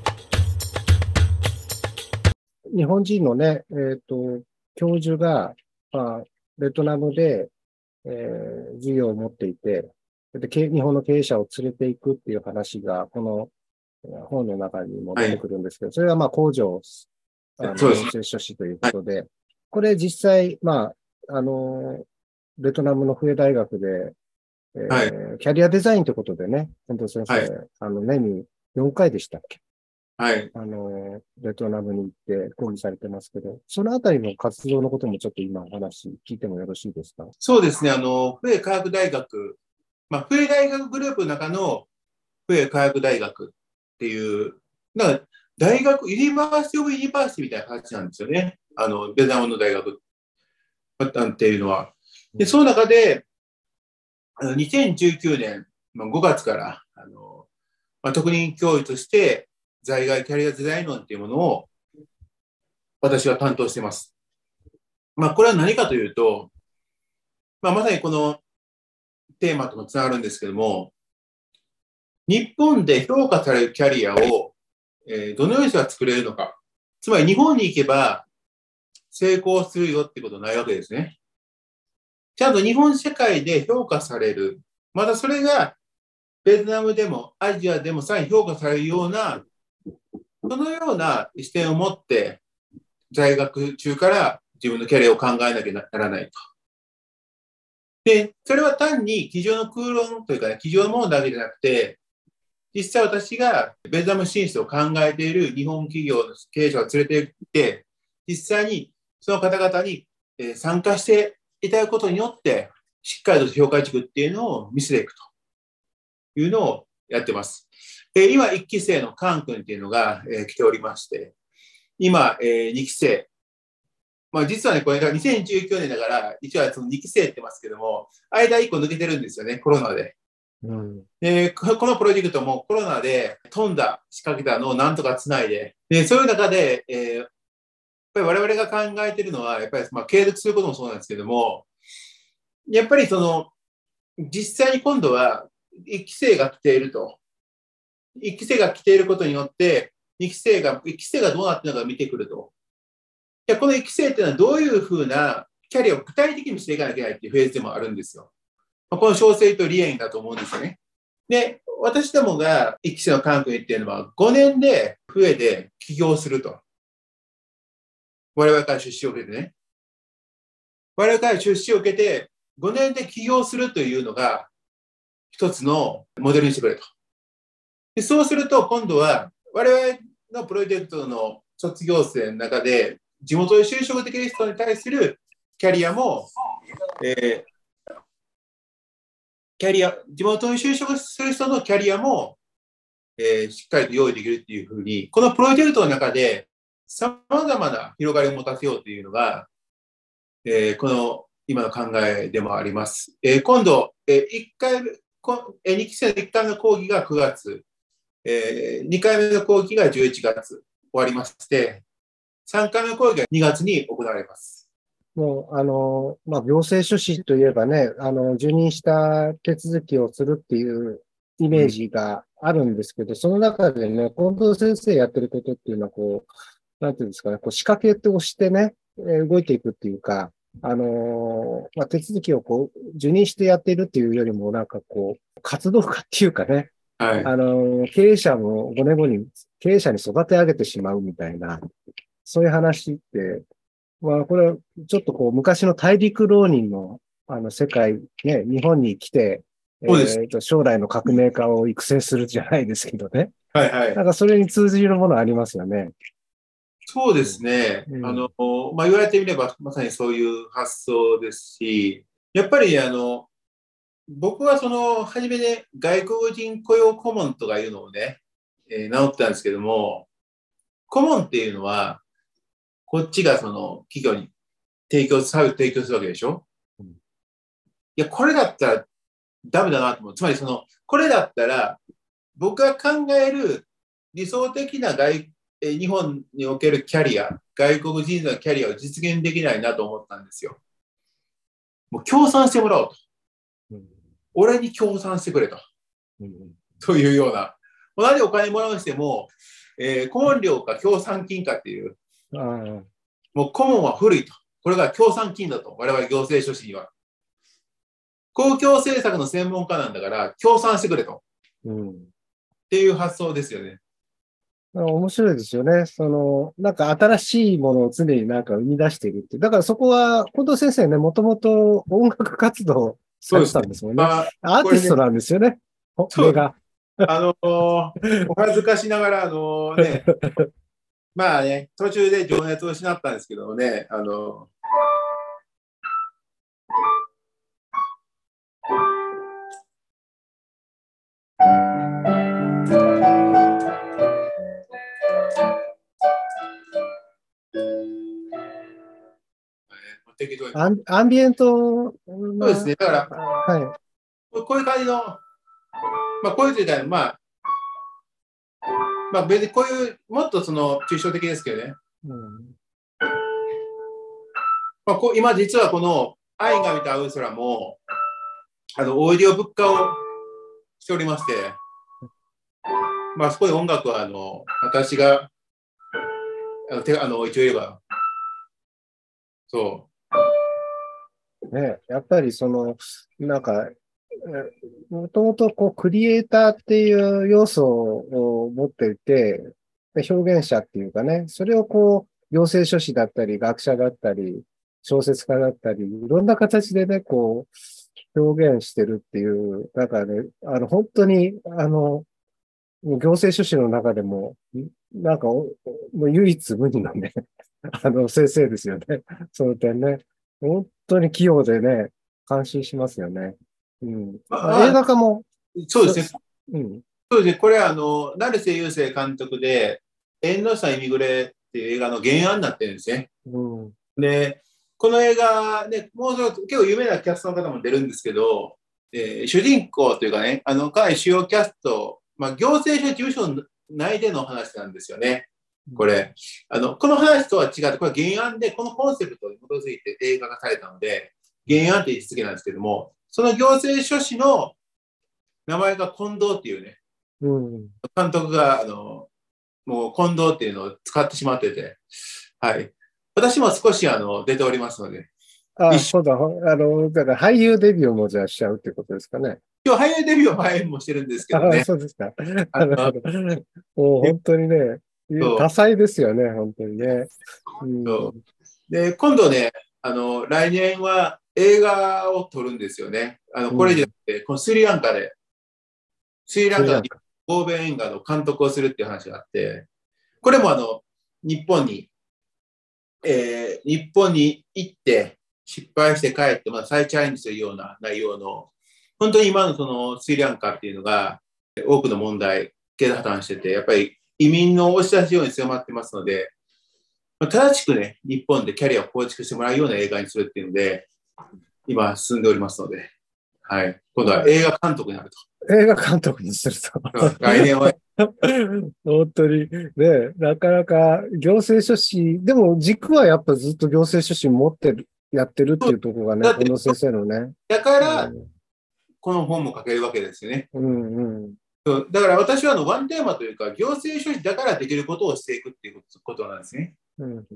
日本人のね、えっと、教授が、まあ、ベトナムで、えー授業を持っていて、で、け日本の経営者を連れていくっていう話が、このえー本の中にも出てはい。 くるんですけど、それはまあ工場、あの、 そうです。 行政書士というこはい。 とで、これ実際、まあ、あの、ベトナムのフエ大学で、えはい。 ーキャリアデザインということでね、本藤先はい。 生、あの、年によんかいでしたっけ？ はい。 あの、ベトナムに行って講義されてますけど、そのあたりの活動のこともちょっと今お話聞いてもよろしいですか？ そうですね。あの、フエ科学大学、まあ、フエ大学グループの中のフエ科学大学っていう、なんか大学、ユニバーシティオブユニバーシティみたいな形なんですよね。あの、ベトナムの大学っていうのは。で、その中で、あのにせんじゅうきゅうねんごがつから、あの、まあ、特任教授として在外キャリアデザイン論っていうものを私は担当しています。まあ、これは何かというと、まあ、まさにこのテーマともつながるんですけども、日本で評価されるキャリアを、えーどのようにしたら作れるのか。つまり日本に行けば成功するよってことはないわけですね。ちゃんと日本社会で評価される。またそれがベトナムでもアジアでもさらに評価されるような、そのような視点を持って在学中から自分のキャリアを考えなきゃならないと。で、それは単に机上の空論というかね、机上のものだけじゃなくて、実際私がベトナム進出を考えている日本企業の経営者を連れて行って、実際にその方々に参加していただくことによって、しっかりと評価軸っていうのを見せていくというのをやってます。今、いっき生のカン君っていうのが来ておりまして、今、にき生。まあ、実はね、これがにせんじゅうきゅうねんだから、一応そのにき生って言ってますけども、間いっこ抜けてるんですよね、コロナで。 うん。 で、このプロジェクトもコロナで飛んだ、仕掛けたのをなんとかつないで、で、そういう中で、えー、やっぱり我々が考えているのは、やっぱりまあ継続することもそうなんですけども、やっぱりその、実際に今度は、いっき生が来ていると。いっき生が来ていることによって、にき生が、いっき生がどうなっているのか見てくると。いや、このいっき生っていうのはどういうふうなキャリアを具体的にしていかなきゃいけないっていうフェーズでもあるんですよ。この小生と離縁だと思うんですよね。で、私どもがいっき生の韓国っていうのはごねんで増えて起業すると。我々から出資を受けてね。我々から出資を受けてごねんで起業するというのが一つのモデルにしてくれと。でそうすると今度は我々のプロジェクトの卒業生の中で地元で就職できる人に対するキャリアも、えー、キャリア、地元に就職する人のキャリアも、えー、しっかりと用意できるっていうふうに、このプロジェクトの中で様々な広がりを持たせようというのが、えー、この今の考えでもあります。えー、今度、えー、いっかいめ、えー、にき生のいっかいめの講義がくがつ、えー、にかいめの講義がじゅういちがつ終わりまして、さんかいめの講義がにがつに行われます。 もう、あの、まあ、行政書士といえばね、あの、受任した手続きをするっていうイメージがあるんですけど、うん、その中でね、近藤先生やってることっていうのは、こう、なんていうんですかね、こう仕掛けとしてね、 えー動いていくっていうか、あのーまあ、手続きをこう、受任してやっているっていうよりも、なんかこう、活動家っていうかね、 はい。 あのー経営者もごねんごに経営者に育て上げてしまうみたいな、そういう話って、まあ、これはちょっとこう、昔の大陸浪人の、あの、世界、ね、日本に来て、 そうです。 えっと、将来の革命家を育成するじゃないですけどね。 はいはい。 なんかそれに通じるものありますよね。 そうでうん。 すね。あの、 うん。 まあ、言われてみれば、まさにそういう発想ですし、やっぱり、あの、僕はその、初めね、外国人雇用顧問とかいうのをね、えー名乗ってたんですけども、顧問っていうのは、こっちがその企業に提供、サービス提供するわけでしょ。いや、これだったらダメだなと思う。つまりその、これだったら、僕が考える理想的な外、えー日本におけるキャリア、外国人のキャリアを実現できないなと思ったんですよ。もう協賛してもらおうと。 うん。 俺に協賛してくれと。 うん。 というような。同じお金もらうにしても、えー顧問料か協賛金かっていう、 ああ。 もう顧問は古いと。これが協賛金だと。我々行政書士には。公共政策の専門家なんだから、協賛してくれと。っうん。 ていう発想ですよね。 面白いですよね。その、なんか新しいものを常になんか生み出しているって。だからそこは、近藤先生ね、もともと音楽活動されてたそうですね。 んですもんね。 まあ、 アーこれね、 ティストなんですよね。ほそう、 根が。 あのーお恥ずかしながら、あのね、まあね、途中で情熱を失ったんですけどもね、あの適当に。 アン、アンビエントな、 そうですね。だから、 はい。 こういう感じの、まあ、こういう時代、まあ、まあ、別にこういう、もっとその、抽象的ですけどね。 うん。 まあ、こう今、実はこの、愛が見た青空も、あの、オーディオ物価をしておりまして、まあ、そこで音楽は、あの、私が、あの、手あの一応言えば、そね、やっぱりその、なんか、もともとこう、クリエイターっていう要素を持っていて、で表現者っていうかね、それをこう、行政書士だったり、学者だったり、小説家だったり、いろんな形でね、こう、表現してるっていう、だからね、あの、本当に、あの、行政書士の中でも、なんかお、もう唯一無二のね、あの、先生ですよね。その点ね。本当に器用でね、感心しますよね。うん。 う。 まあ、映まあ、 画化も、そ、 そうですね。 うん。 そうですね。これは、あの、成瀬雄生監督で、縁の下イミグレっていう映画の原案になってるんですね。 うん。 で、この映画、ね、もう結構有名なキャストの方も出るんですけど、えー主人公というかね、あの、かなり主要キャスト、まあ、行政書事務所内での話なんですよね。これ。あの、この話とは違って、これ原案で、このコンセプトに基づいて映画化されたので、原案って位置づけなんですけども、その行政書士の名前が近藤っていうね、 うん。 監督が、あの、もう近藤っていうのを使ってしまってて、はい。私も少しあの出ておりますので、一あ、 緒今度は、あの、だから俳優デビューもじゃあしちゃうってことですかね。 今日俳優デビューは前もしてるんですけどあ、 ね、 そうですか。なあの、 るほど。もう本当にね、多彩ですよね、本当にね。うん。 で、今度ね、あの、来年は映画を撮るんですよね。あの、これじゃなうん。 くて、このスリランカで、スリランカのスリランカ。 欧米映画の監督をするっていう話があって、これもあの、日本に、えー日本に行って失敗して帰って、まあ、再チャレンジするような内容の、本当に今のそのスリランカっていうのが多くの問題、経済破綻してて、やっぱり移民の押し出しように強まってますので、まあ、正しくね、日本でキャリアを構築してもらうような映画にするっていうので、今進んでおりますので、はい。今度は映画監督になる映画監督にすると。 と。来年は、 本当に、ね、なかなか行政書士、でも軸はやっぱずっと行政書士持ってる、やってるっていうところがね、 だって、 近藤先生のね。 だから、 うん、 この本も書けるわけですよね。 うん、うん。 そうだから私はあのワンテーマというか、行政書士だからできることをしていくっていうことなんですね。 うん。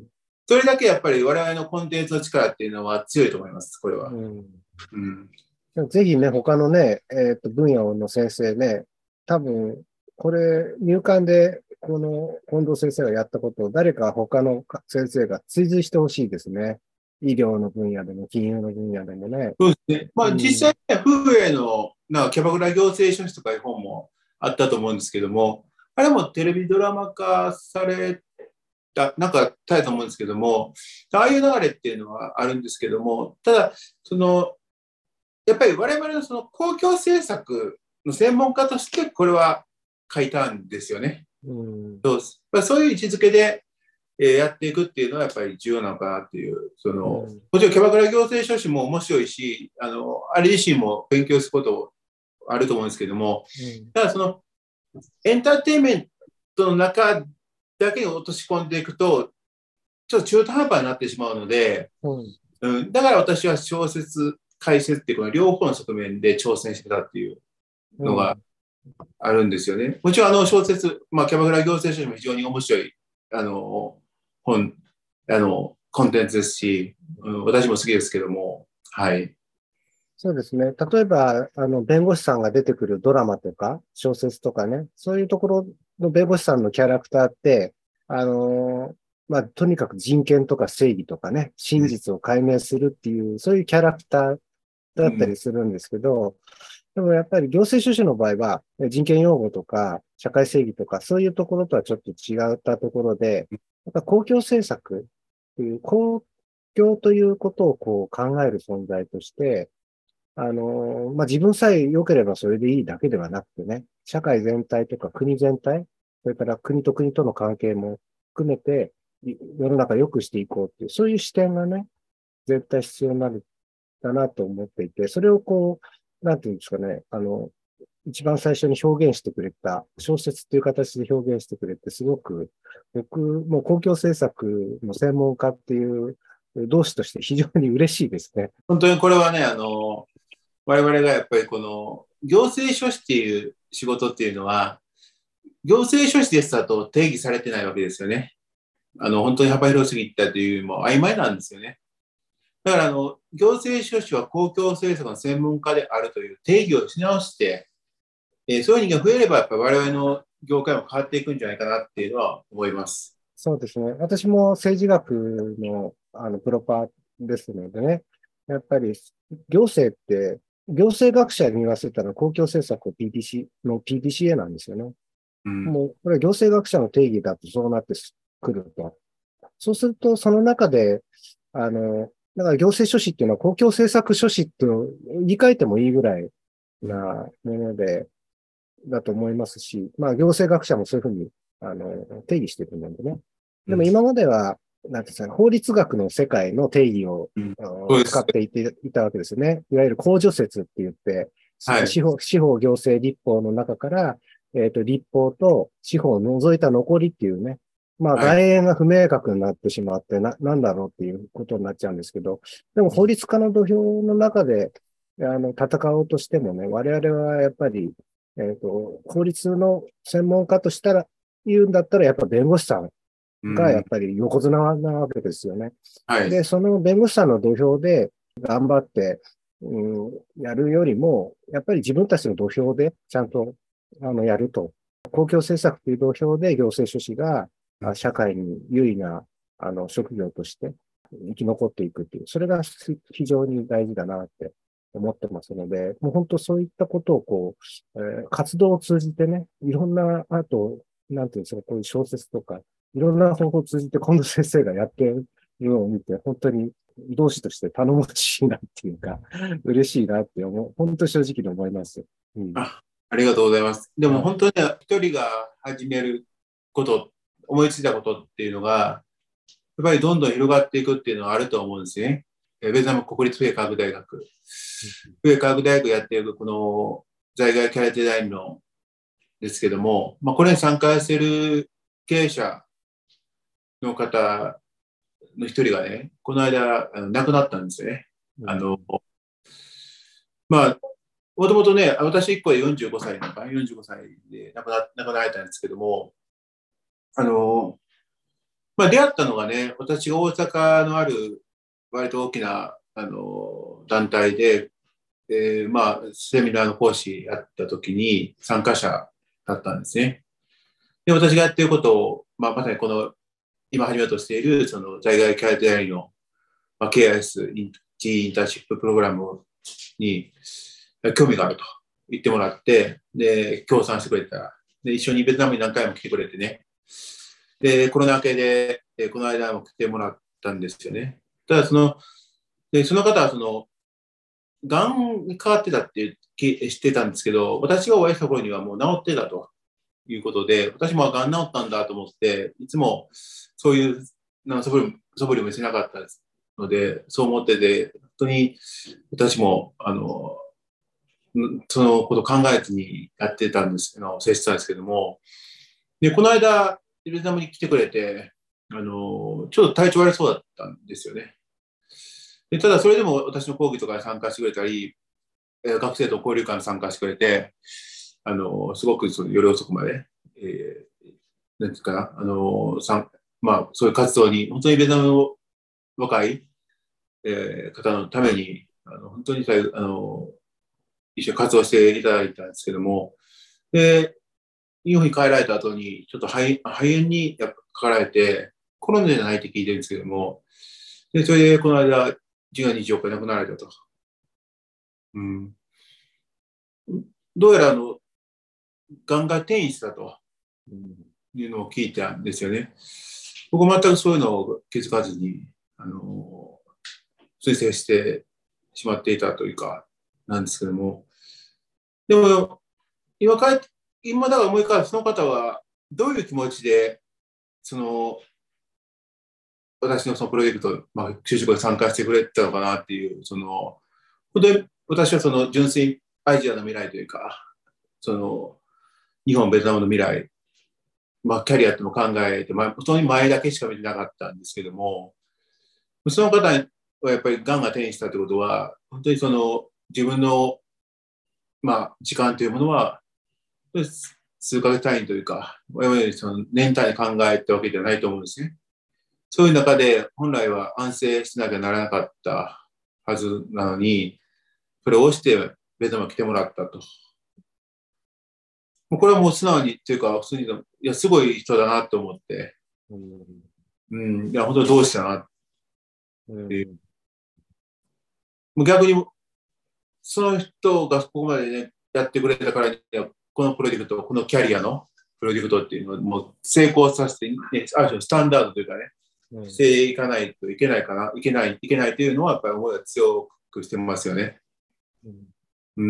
それだけやっぱり我々のコンテンツの力っていうのは強いと思います、これは。 うんうん、 ぜひね、他のね、えっと、分野の先生ね、多分、これ、入管で、この近藤先生がやったことを誰か他の先生が追随してほしいですね。医療の分野でも、金融の分野でもね。 そうですね。まあ、 うん、 実際ね、風営のなんかキャバクラ行政書士とかいう本もあったと思うんですけども、あれもテレビドラマ化された、なんかたいと思うんですけども、ああいう流れっていうのはあるんですけども、ただ、その、やっぱり我々のその公共政策の専門家としてこれは書いたんですよね。 うん、 そうまあ、そういう位置づけで、えーやっていくっていうのはやっぱり重要なのかなっていう、その、 うん、 もちろんキャバクラ行政書士も面白いし、あの、あれ自身も勉強することあると思うんですけども、 うん、 ただそのエンターテインメントの中だけに落とし込んでいくと、ちょっと中途半端になってしまうので、 うん、 うん、だから私は小説、解説っていうこの両方の側面で挑戦してたっていうのがうん。 あるんですよね。もちろんあの小説、まあ、キャバクラ行政書士も非常に面白いあの本、あのコンテンツですし、うん、私も好きですけども、はい。 そうですね。例えば、あの、弁護士さんが出てくるドラマとか、小説とかね、そういうところの弁護士さんのキャラクターって、あの、まあ、とにかく人権とか正義とかね、真実を解明するっていう、そういうキャラクターだったうん、 りするんですけど、でもやっぱり行政書士の場合は、人権擁護とか、社会正義とか、そういうところとはちょっと違ったところで、やっぱ公共政策っていう、公共ということをこう考える存在として、あの、まあ、自分さえ良ければそれでいいだけではなくてね、社会全体とか国全体、それから国と国との関係も含めて、い世の中良くしていこうっていう、そういう視点がね、絶対必要になるだなと思っていて、それをこう、なんていうんですかね、あの、一番最初に表現してくれた、小説っていう形で表現してくれて、すごく、僕、もう公共政策の専門家っていう同志として非常に嬉しいですね。 本当にこれはね、あの我々がやっぱりこの行政書士っていう仕事っていうのは、行政書士ですだと定義されてないわけですよね。あの本当に幅広すぎたというよりも曖昧なんですよね。だからあの行政書士は公共政策の専門家であるという定義をし直して、えー、そういう人間が増えればやっぱり我々の業界も変わっていくんじゃないかなっていうのは思います。 そうですね。私も政治学の、あの、プロパーですのでね、やっぱり行政って、行政学者に言わせたら公共政策を ピーティーシー の ピーティーシーエー なんですよね。 うん、 もう、これは行政学者の定義だとそうなってくると。そうすると、その中で、あの、だから行政書士っていうのは公共政策書士と言い換えてもいいぐらいなもので、だと思いますし、まあ行政学者もそういうふうに、あの、定義してるのでね。でも今までは、なんていうんですか、法律学の世界の定義を、 うん、 あのそうです。 使っていていたわけですよね。いわゆる公序説って言って、 はい。 司法、司法行政立法の中から、えっと、立法と司法を除いた残りっていうね、まあ、 はい。 外縁が不明確になってしまって、な、なんだろうっていうことになっちゃうんですけど、でも法律家の土俵の中で、あの、戦おうとしてもね、我々はやっぱり、えっと、法律の専門家としたら、言うんだったら、やっぱ弁護士さんがやっうん、 ぱり横綱なわけですよね。 はい。 で、その弁護士さんの土俵で頑張って、うん、やるよりも、やっぱり自分たちの土俵でちゃんとあのやると。公共政策という土俵で行政書士があ社会に有利なあの職業として生き残っていくっていう、それが非常に大事だなって思ってますので、もう本当そういったことをこう、えー活動を通じてね、いろんな、あと、なんていうんですか、こういう小説とか、いろんな方法を通じて近藤先生がやっているのを見て、本当に同志として頼もしいなっていうか、嬉しいなって思う、本当正直に思います。うん。 あ、ありがとうございます。でもはい。 本当に一人が始めること、思いついたことっていうのが、やっぱりどんどん広がっていくっていうのはあると思うんですね。えベトナム国立フェ科学大学。フェ科学大学やっているこの在外キャラデザインのですけども、まあ、これに参加している経営者の方の一人がね、この間あの亡くなったんですよね。 うん。 あの、まあ、もともとね、私いっこでよんじゅうごさいなんか、よんじゅうごさいで亡くな亡くなられたんですけども、あの、 まあ出会ったのがね、私が大阪のある割と大きな、あの、団体で、えーまあ、セミナーの講師やった時に参加者だったんですね。で、私がやっていることを、まあ、まさにこの、今始めようとしている、その在外キャリアリの、まあ、ケーアイエス、インインターンシッププログラムに興味があると言ってもらって、で、協賛してくれた。で、一緒にベトナムに何回も来てくれてね。で、コロナ明けで、えこの間も来てもらったんですよね。ただ、その、で、その方は、その、がんに変わってたって知ってたんですけど、私がお会いした頃にはもう治ってたということで、私もがん治ったんだと思って、いつもそういうなん素振り素振りもしなかったので、そう思ってて、本当に私も、あの、そのこと考えずにやってたんですけど、接してたんですけども、で、この間、ベトナムに来てくれて、あの、ちょっと体調悪そうだったんですよね。で、ただそれでも私の講義とかに参加してくれたり、えー学生と交流会に参加してくれて、あの、すごくその夜遅くまで、えー、なんですかな、あの、さんまあ、そういう活動に、本当にベトナムの若い、えー方のために、あの本当にあの一緒に活動していただいたんですけども、で、日本に帰られた後に、ちょっと肺肺炎にやっぱかかられて、コロナじゃないって聞いてるんですけども、で、それでこの間、じゅうがつにじゅうよっか亡くなられたと。うん、どうやらあの、がんが転移したというのを聞いたんですよね。僕全くそういうのを気づかずに、あの、推薦してしまっていたというか、なんですけども。でも、今帰って、今だから思い返す、その方はどういう気持ちで、その、私のそのプロジェクト、まあ、就職に参加してくれたのかなっていう、その、本当に私はその純粋アジアの未来というか、その、日本、ベトナムの未来、まあ、キャリアっても考えて、まあ、本当に前だけしか見てなかったんですけども、その方はやっぱりがんが転移したってことは、本当にその自分の、まあ、時間というものは、数ヶ月単位というか、我々その年単位考えたわけではないと思うんですね。そういう中で、本来は安静しなきゃならなかったはずなのに、それを押してベトナム来てもらったと。これはもう素直にっていうか、普通に、いや、すごい人だなと思って、うん、いや、本当にどうしたなっていう。もう逆に、その人がここまでね、やってくれたからには、このプロジェクト、このキャリアのプロジェクトっていうのをもう成功させて、ね、ある種のスタンダードというかね、うん、していかないといけないかな、いけない、いけないというのは、やっぱり思いが強くしてますよね。うん。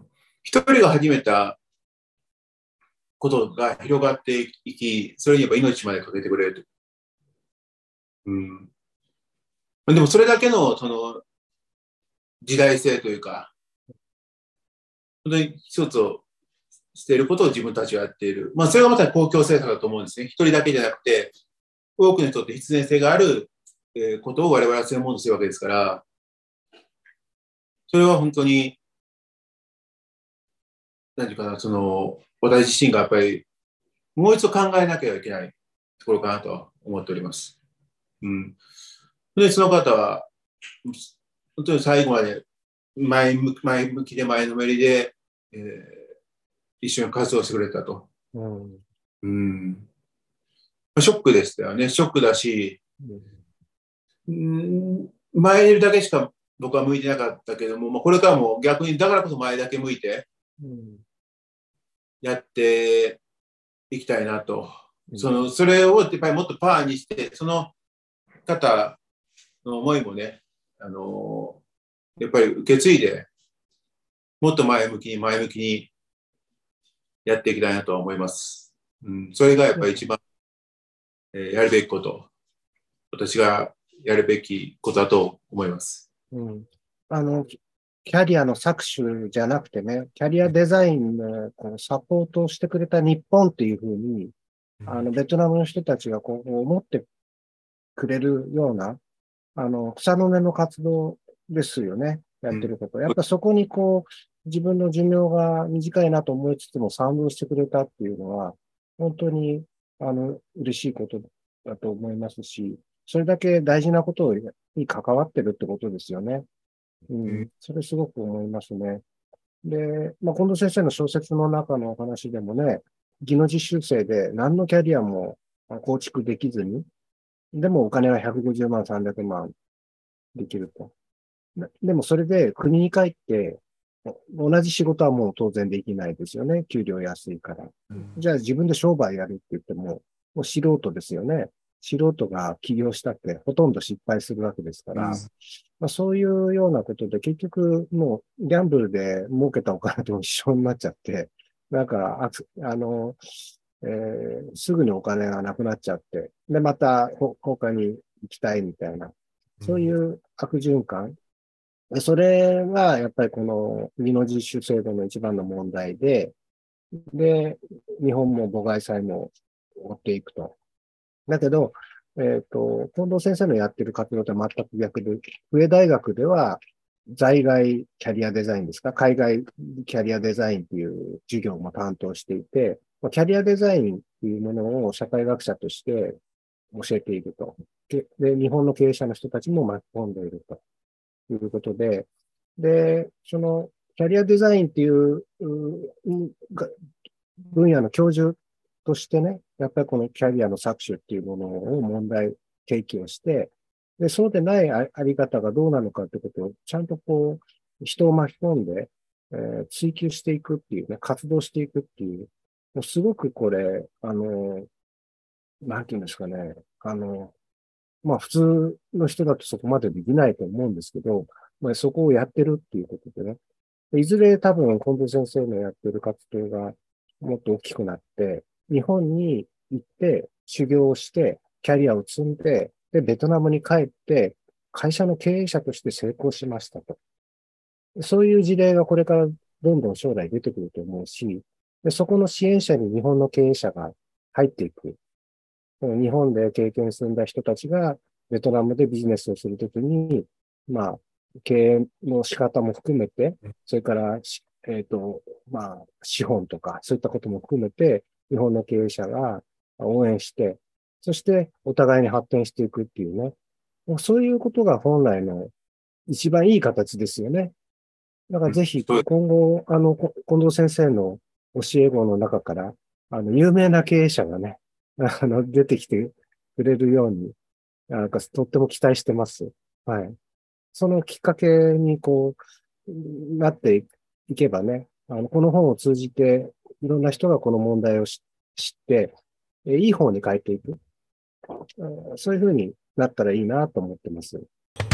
一人が始めたことが広がっていき、それにやっぱ命までかけてくれると。うん。でもそれだけの、その、時代性というか、本当に一つをしていることを自分たちがやっている。まあ、それがまさに公共政策だと思うんですね。一人だけじゃなくて、多くの人って必然性があることを我々は専門としてるわけですから、それは本当に、何ていうかな、その、私自身がやっぱり、もう一度考えなきゃいけないところかなと思っております。うん。で、その方は、本当に最後まで前向き前向きで前のめりで、えー一緒に活動してくれたと。うん。うん、ショックでしたよね。ショックだし、うん、前にいるだけしか僕は向いてなかったけども、まあ、これからも逆にだからこそ前だけ向いてやっていきたいなと。うん、そのそれをやっぱりもっとパワーにして、その方の思いもね、あのやっぱり受け継いで、もっと前向きに前向きにやっていきたいなと思います。うん、それがやっぱり一番、えー、やるべきこと、私がやるべきことだと思います。 うん、あの、キャリアの搾取じゃなくてね、キャリアデザインのこのサポートをしてくれた日本っていうふうに、あの、ベトナムの人たちがこう思ってくれるような、あの、草の根の活動ですよね、やってること。やっぱそこにこう、自分の寿命が短いなと思いつつも賛同してくれたっていうのは、本当に、あの、嬉しいことだと思いますし、それだけ大事なことに関わってるってことですよね。うん、それすごく思いますね。で、まあ、近藤先生の小説の中のお話でもね、技能実習生で何のキャリアも構築できずに、でもお金はひゃくごじゅうまん、さんびゃくまんできると。でもそれで国に帰って、同じ仕事はもう当然できないですよね。給料安いから。じゃあ自分で商売やるって言っても、もう素人ですよね。素人が起業したってほとんど失敗するわけですから、うん、まあ、そういうようなことで結局もうギャンブルで儲けたお金と一緒になっちゃって、なんか、あ, あの、えー、すぐにお金がなくなっちゃって、で、また他に行きたいみたいな、そういう悪循環。それがやっぱりこの技能実習制度の一番の問題で、で、日本も母外債も追っていくと。だけど、えっと、近藤先生のやってる活動とは全く逆で、上大学では在外キャリアデザインですか、海外キャリアデザインっていう授業も担当していて、キャリアデザインっていうものを社会学者として教えていると。で、日本の経営者の人たちも巻き込んでいるということで、で、そのキャリアデザインっていう分野の教授としてね、やっぱりこのキャリアの搾取っていうものを問題提起をして、で、そうでないあり方がどうなのかってことをちゃんとこう、人を巻き込んで、えー、追求していくっていうね、活動していくっていう、もうすごくこれ、あの、なんていうんですかね、あの、まあ普通の人だとそこまでできないと思うんですけど、まあそこをやってるっていうことでね、いずれ多分近藤先生のやってる活動がもっと大きくなって、日本に行って修行をして、キャリアを積んで、で、ベトナムに帰って、会社の経営者として成功しましたと。そういう事例がこれからどんどん将来出てくると思うし、でそこの支援者に日本の経営者が入っていく。日本で経験積んだ人たちがベトナムでビジネスをするときに、まあ、経営の仕方も含めて、それから、えっと、まあ、資本とか、そういったことも含めて、日本の経営者が応援して、そしてお互いに発展していくっていうね。そういうことが本来の一番いい形ですよね。だからぜひ今後、あの、近藤先生の教え子の中から、あの、有名な経営者がね、あの、出てきてくれるように、なんかとっても期待してます。はい。そのきっかけにこう、なっていけばね、あの、この本を通じて、いろんな人がこの問題を知って、いい方に変えていく。そういうふうになったらいいなと思ってます。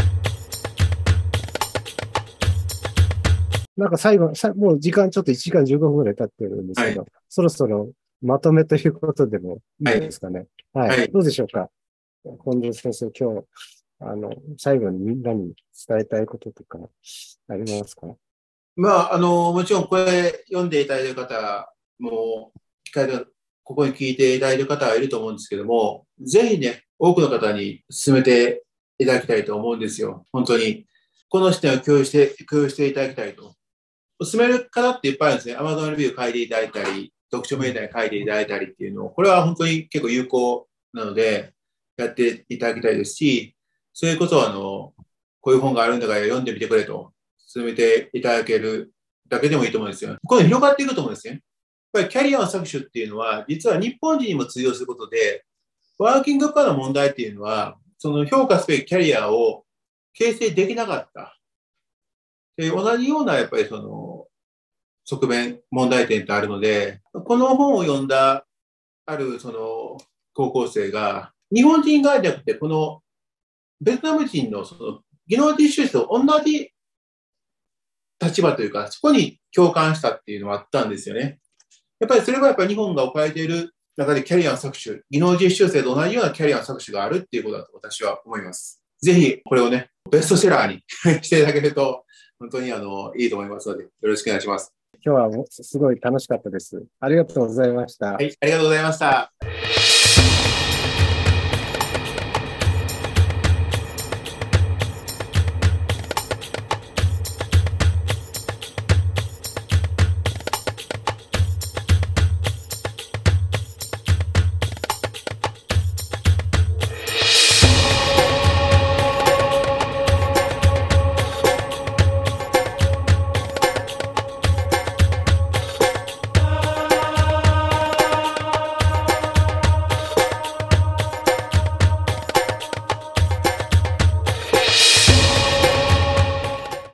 なんか最後、もう時間ちょっといちじかんじゅうごふんぐらい経ってるんですけど、はい、そろそろまとめということでもいいですかね。はい。はい、どうでしょうか。近藤先生、今日、あの、最後にみんなに伝えたいこととかありますか？ まあ、あの、もちろんこれ読んでいただいている方も、機会でここに聞いていただいている方はいると思うんですけども、ぜひね、多くの方に進めていただきたいと思うんですよ。本当に。この視点を共有して、共有していただきたいと。進める方っていっぱいあるんですね。Amazon レビュー書いていただいたり、読書メディアに書いていただいたりっていうのを、これは本当に結構有効なので、やっていただきたいですし、そういうことは、あの、こういう本があるんだから読んでみてくれと、進めていただけるだけでもいいと思うんですよ。こういうの広がっていくと思うんですね。やっぱりキャリアの搾取っていうのは、実は日本人にも通用することで、ワーキングパーの問題っていうのは、その評価すべきキャリアを形成できなかった。で、同じようなやっぱりその側面、問題点ってあるので、この本を読んだあるその高校生が、日本人側じゃなくて、このベトナム人のその技能実習生と同じ立場というか、そこに共感したっていうのはあったんですよね。やっぱりそれはやっぱり日本が置かれている中でキャリアの搾取、技能実習生と同じようなキャリアの搾取があるっていうことだと私は思います。ぜひこれをね、ベストセラーにしていただけると、本当にあの、いいと思いますので、よろしくお願いします。 今日はすごい楽しかったです。ありがとうございました。 はい、ありがとうございました。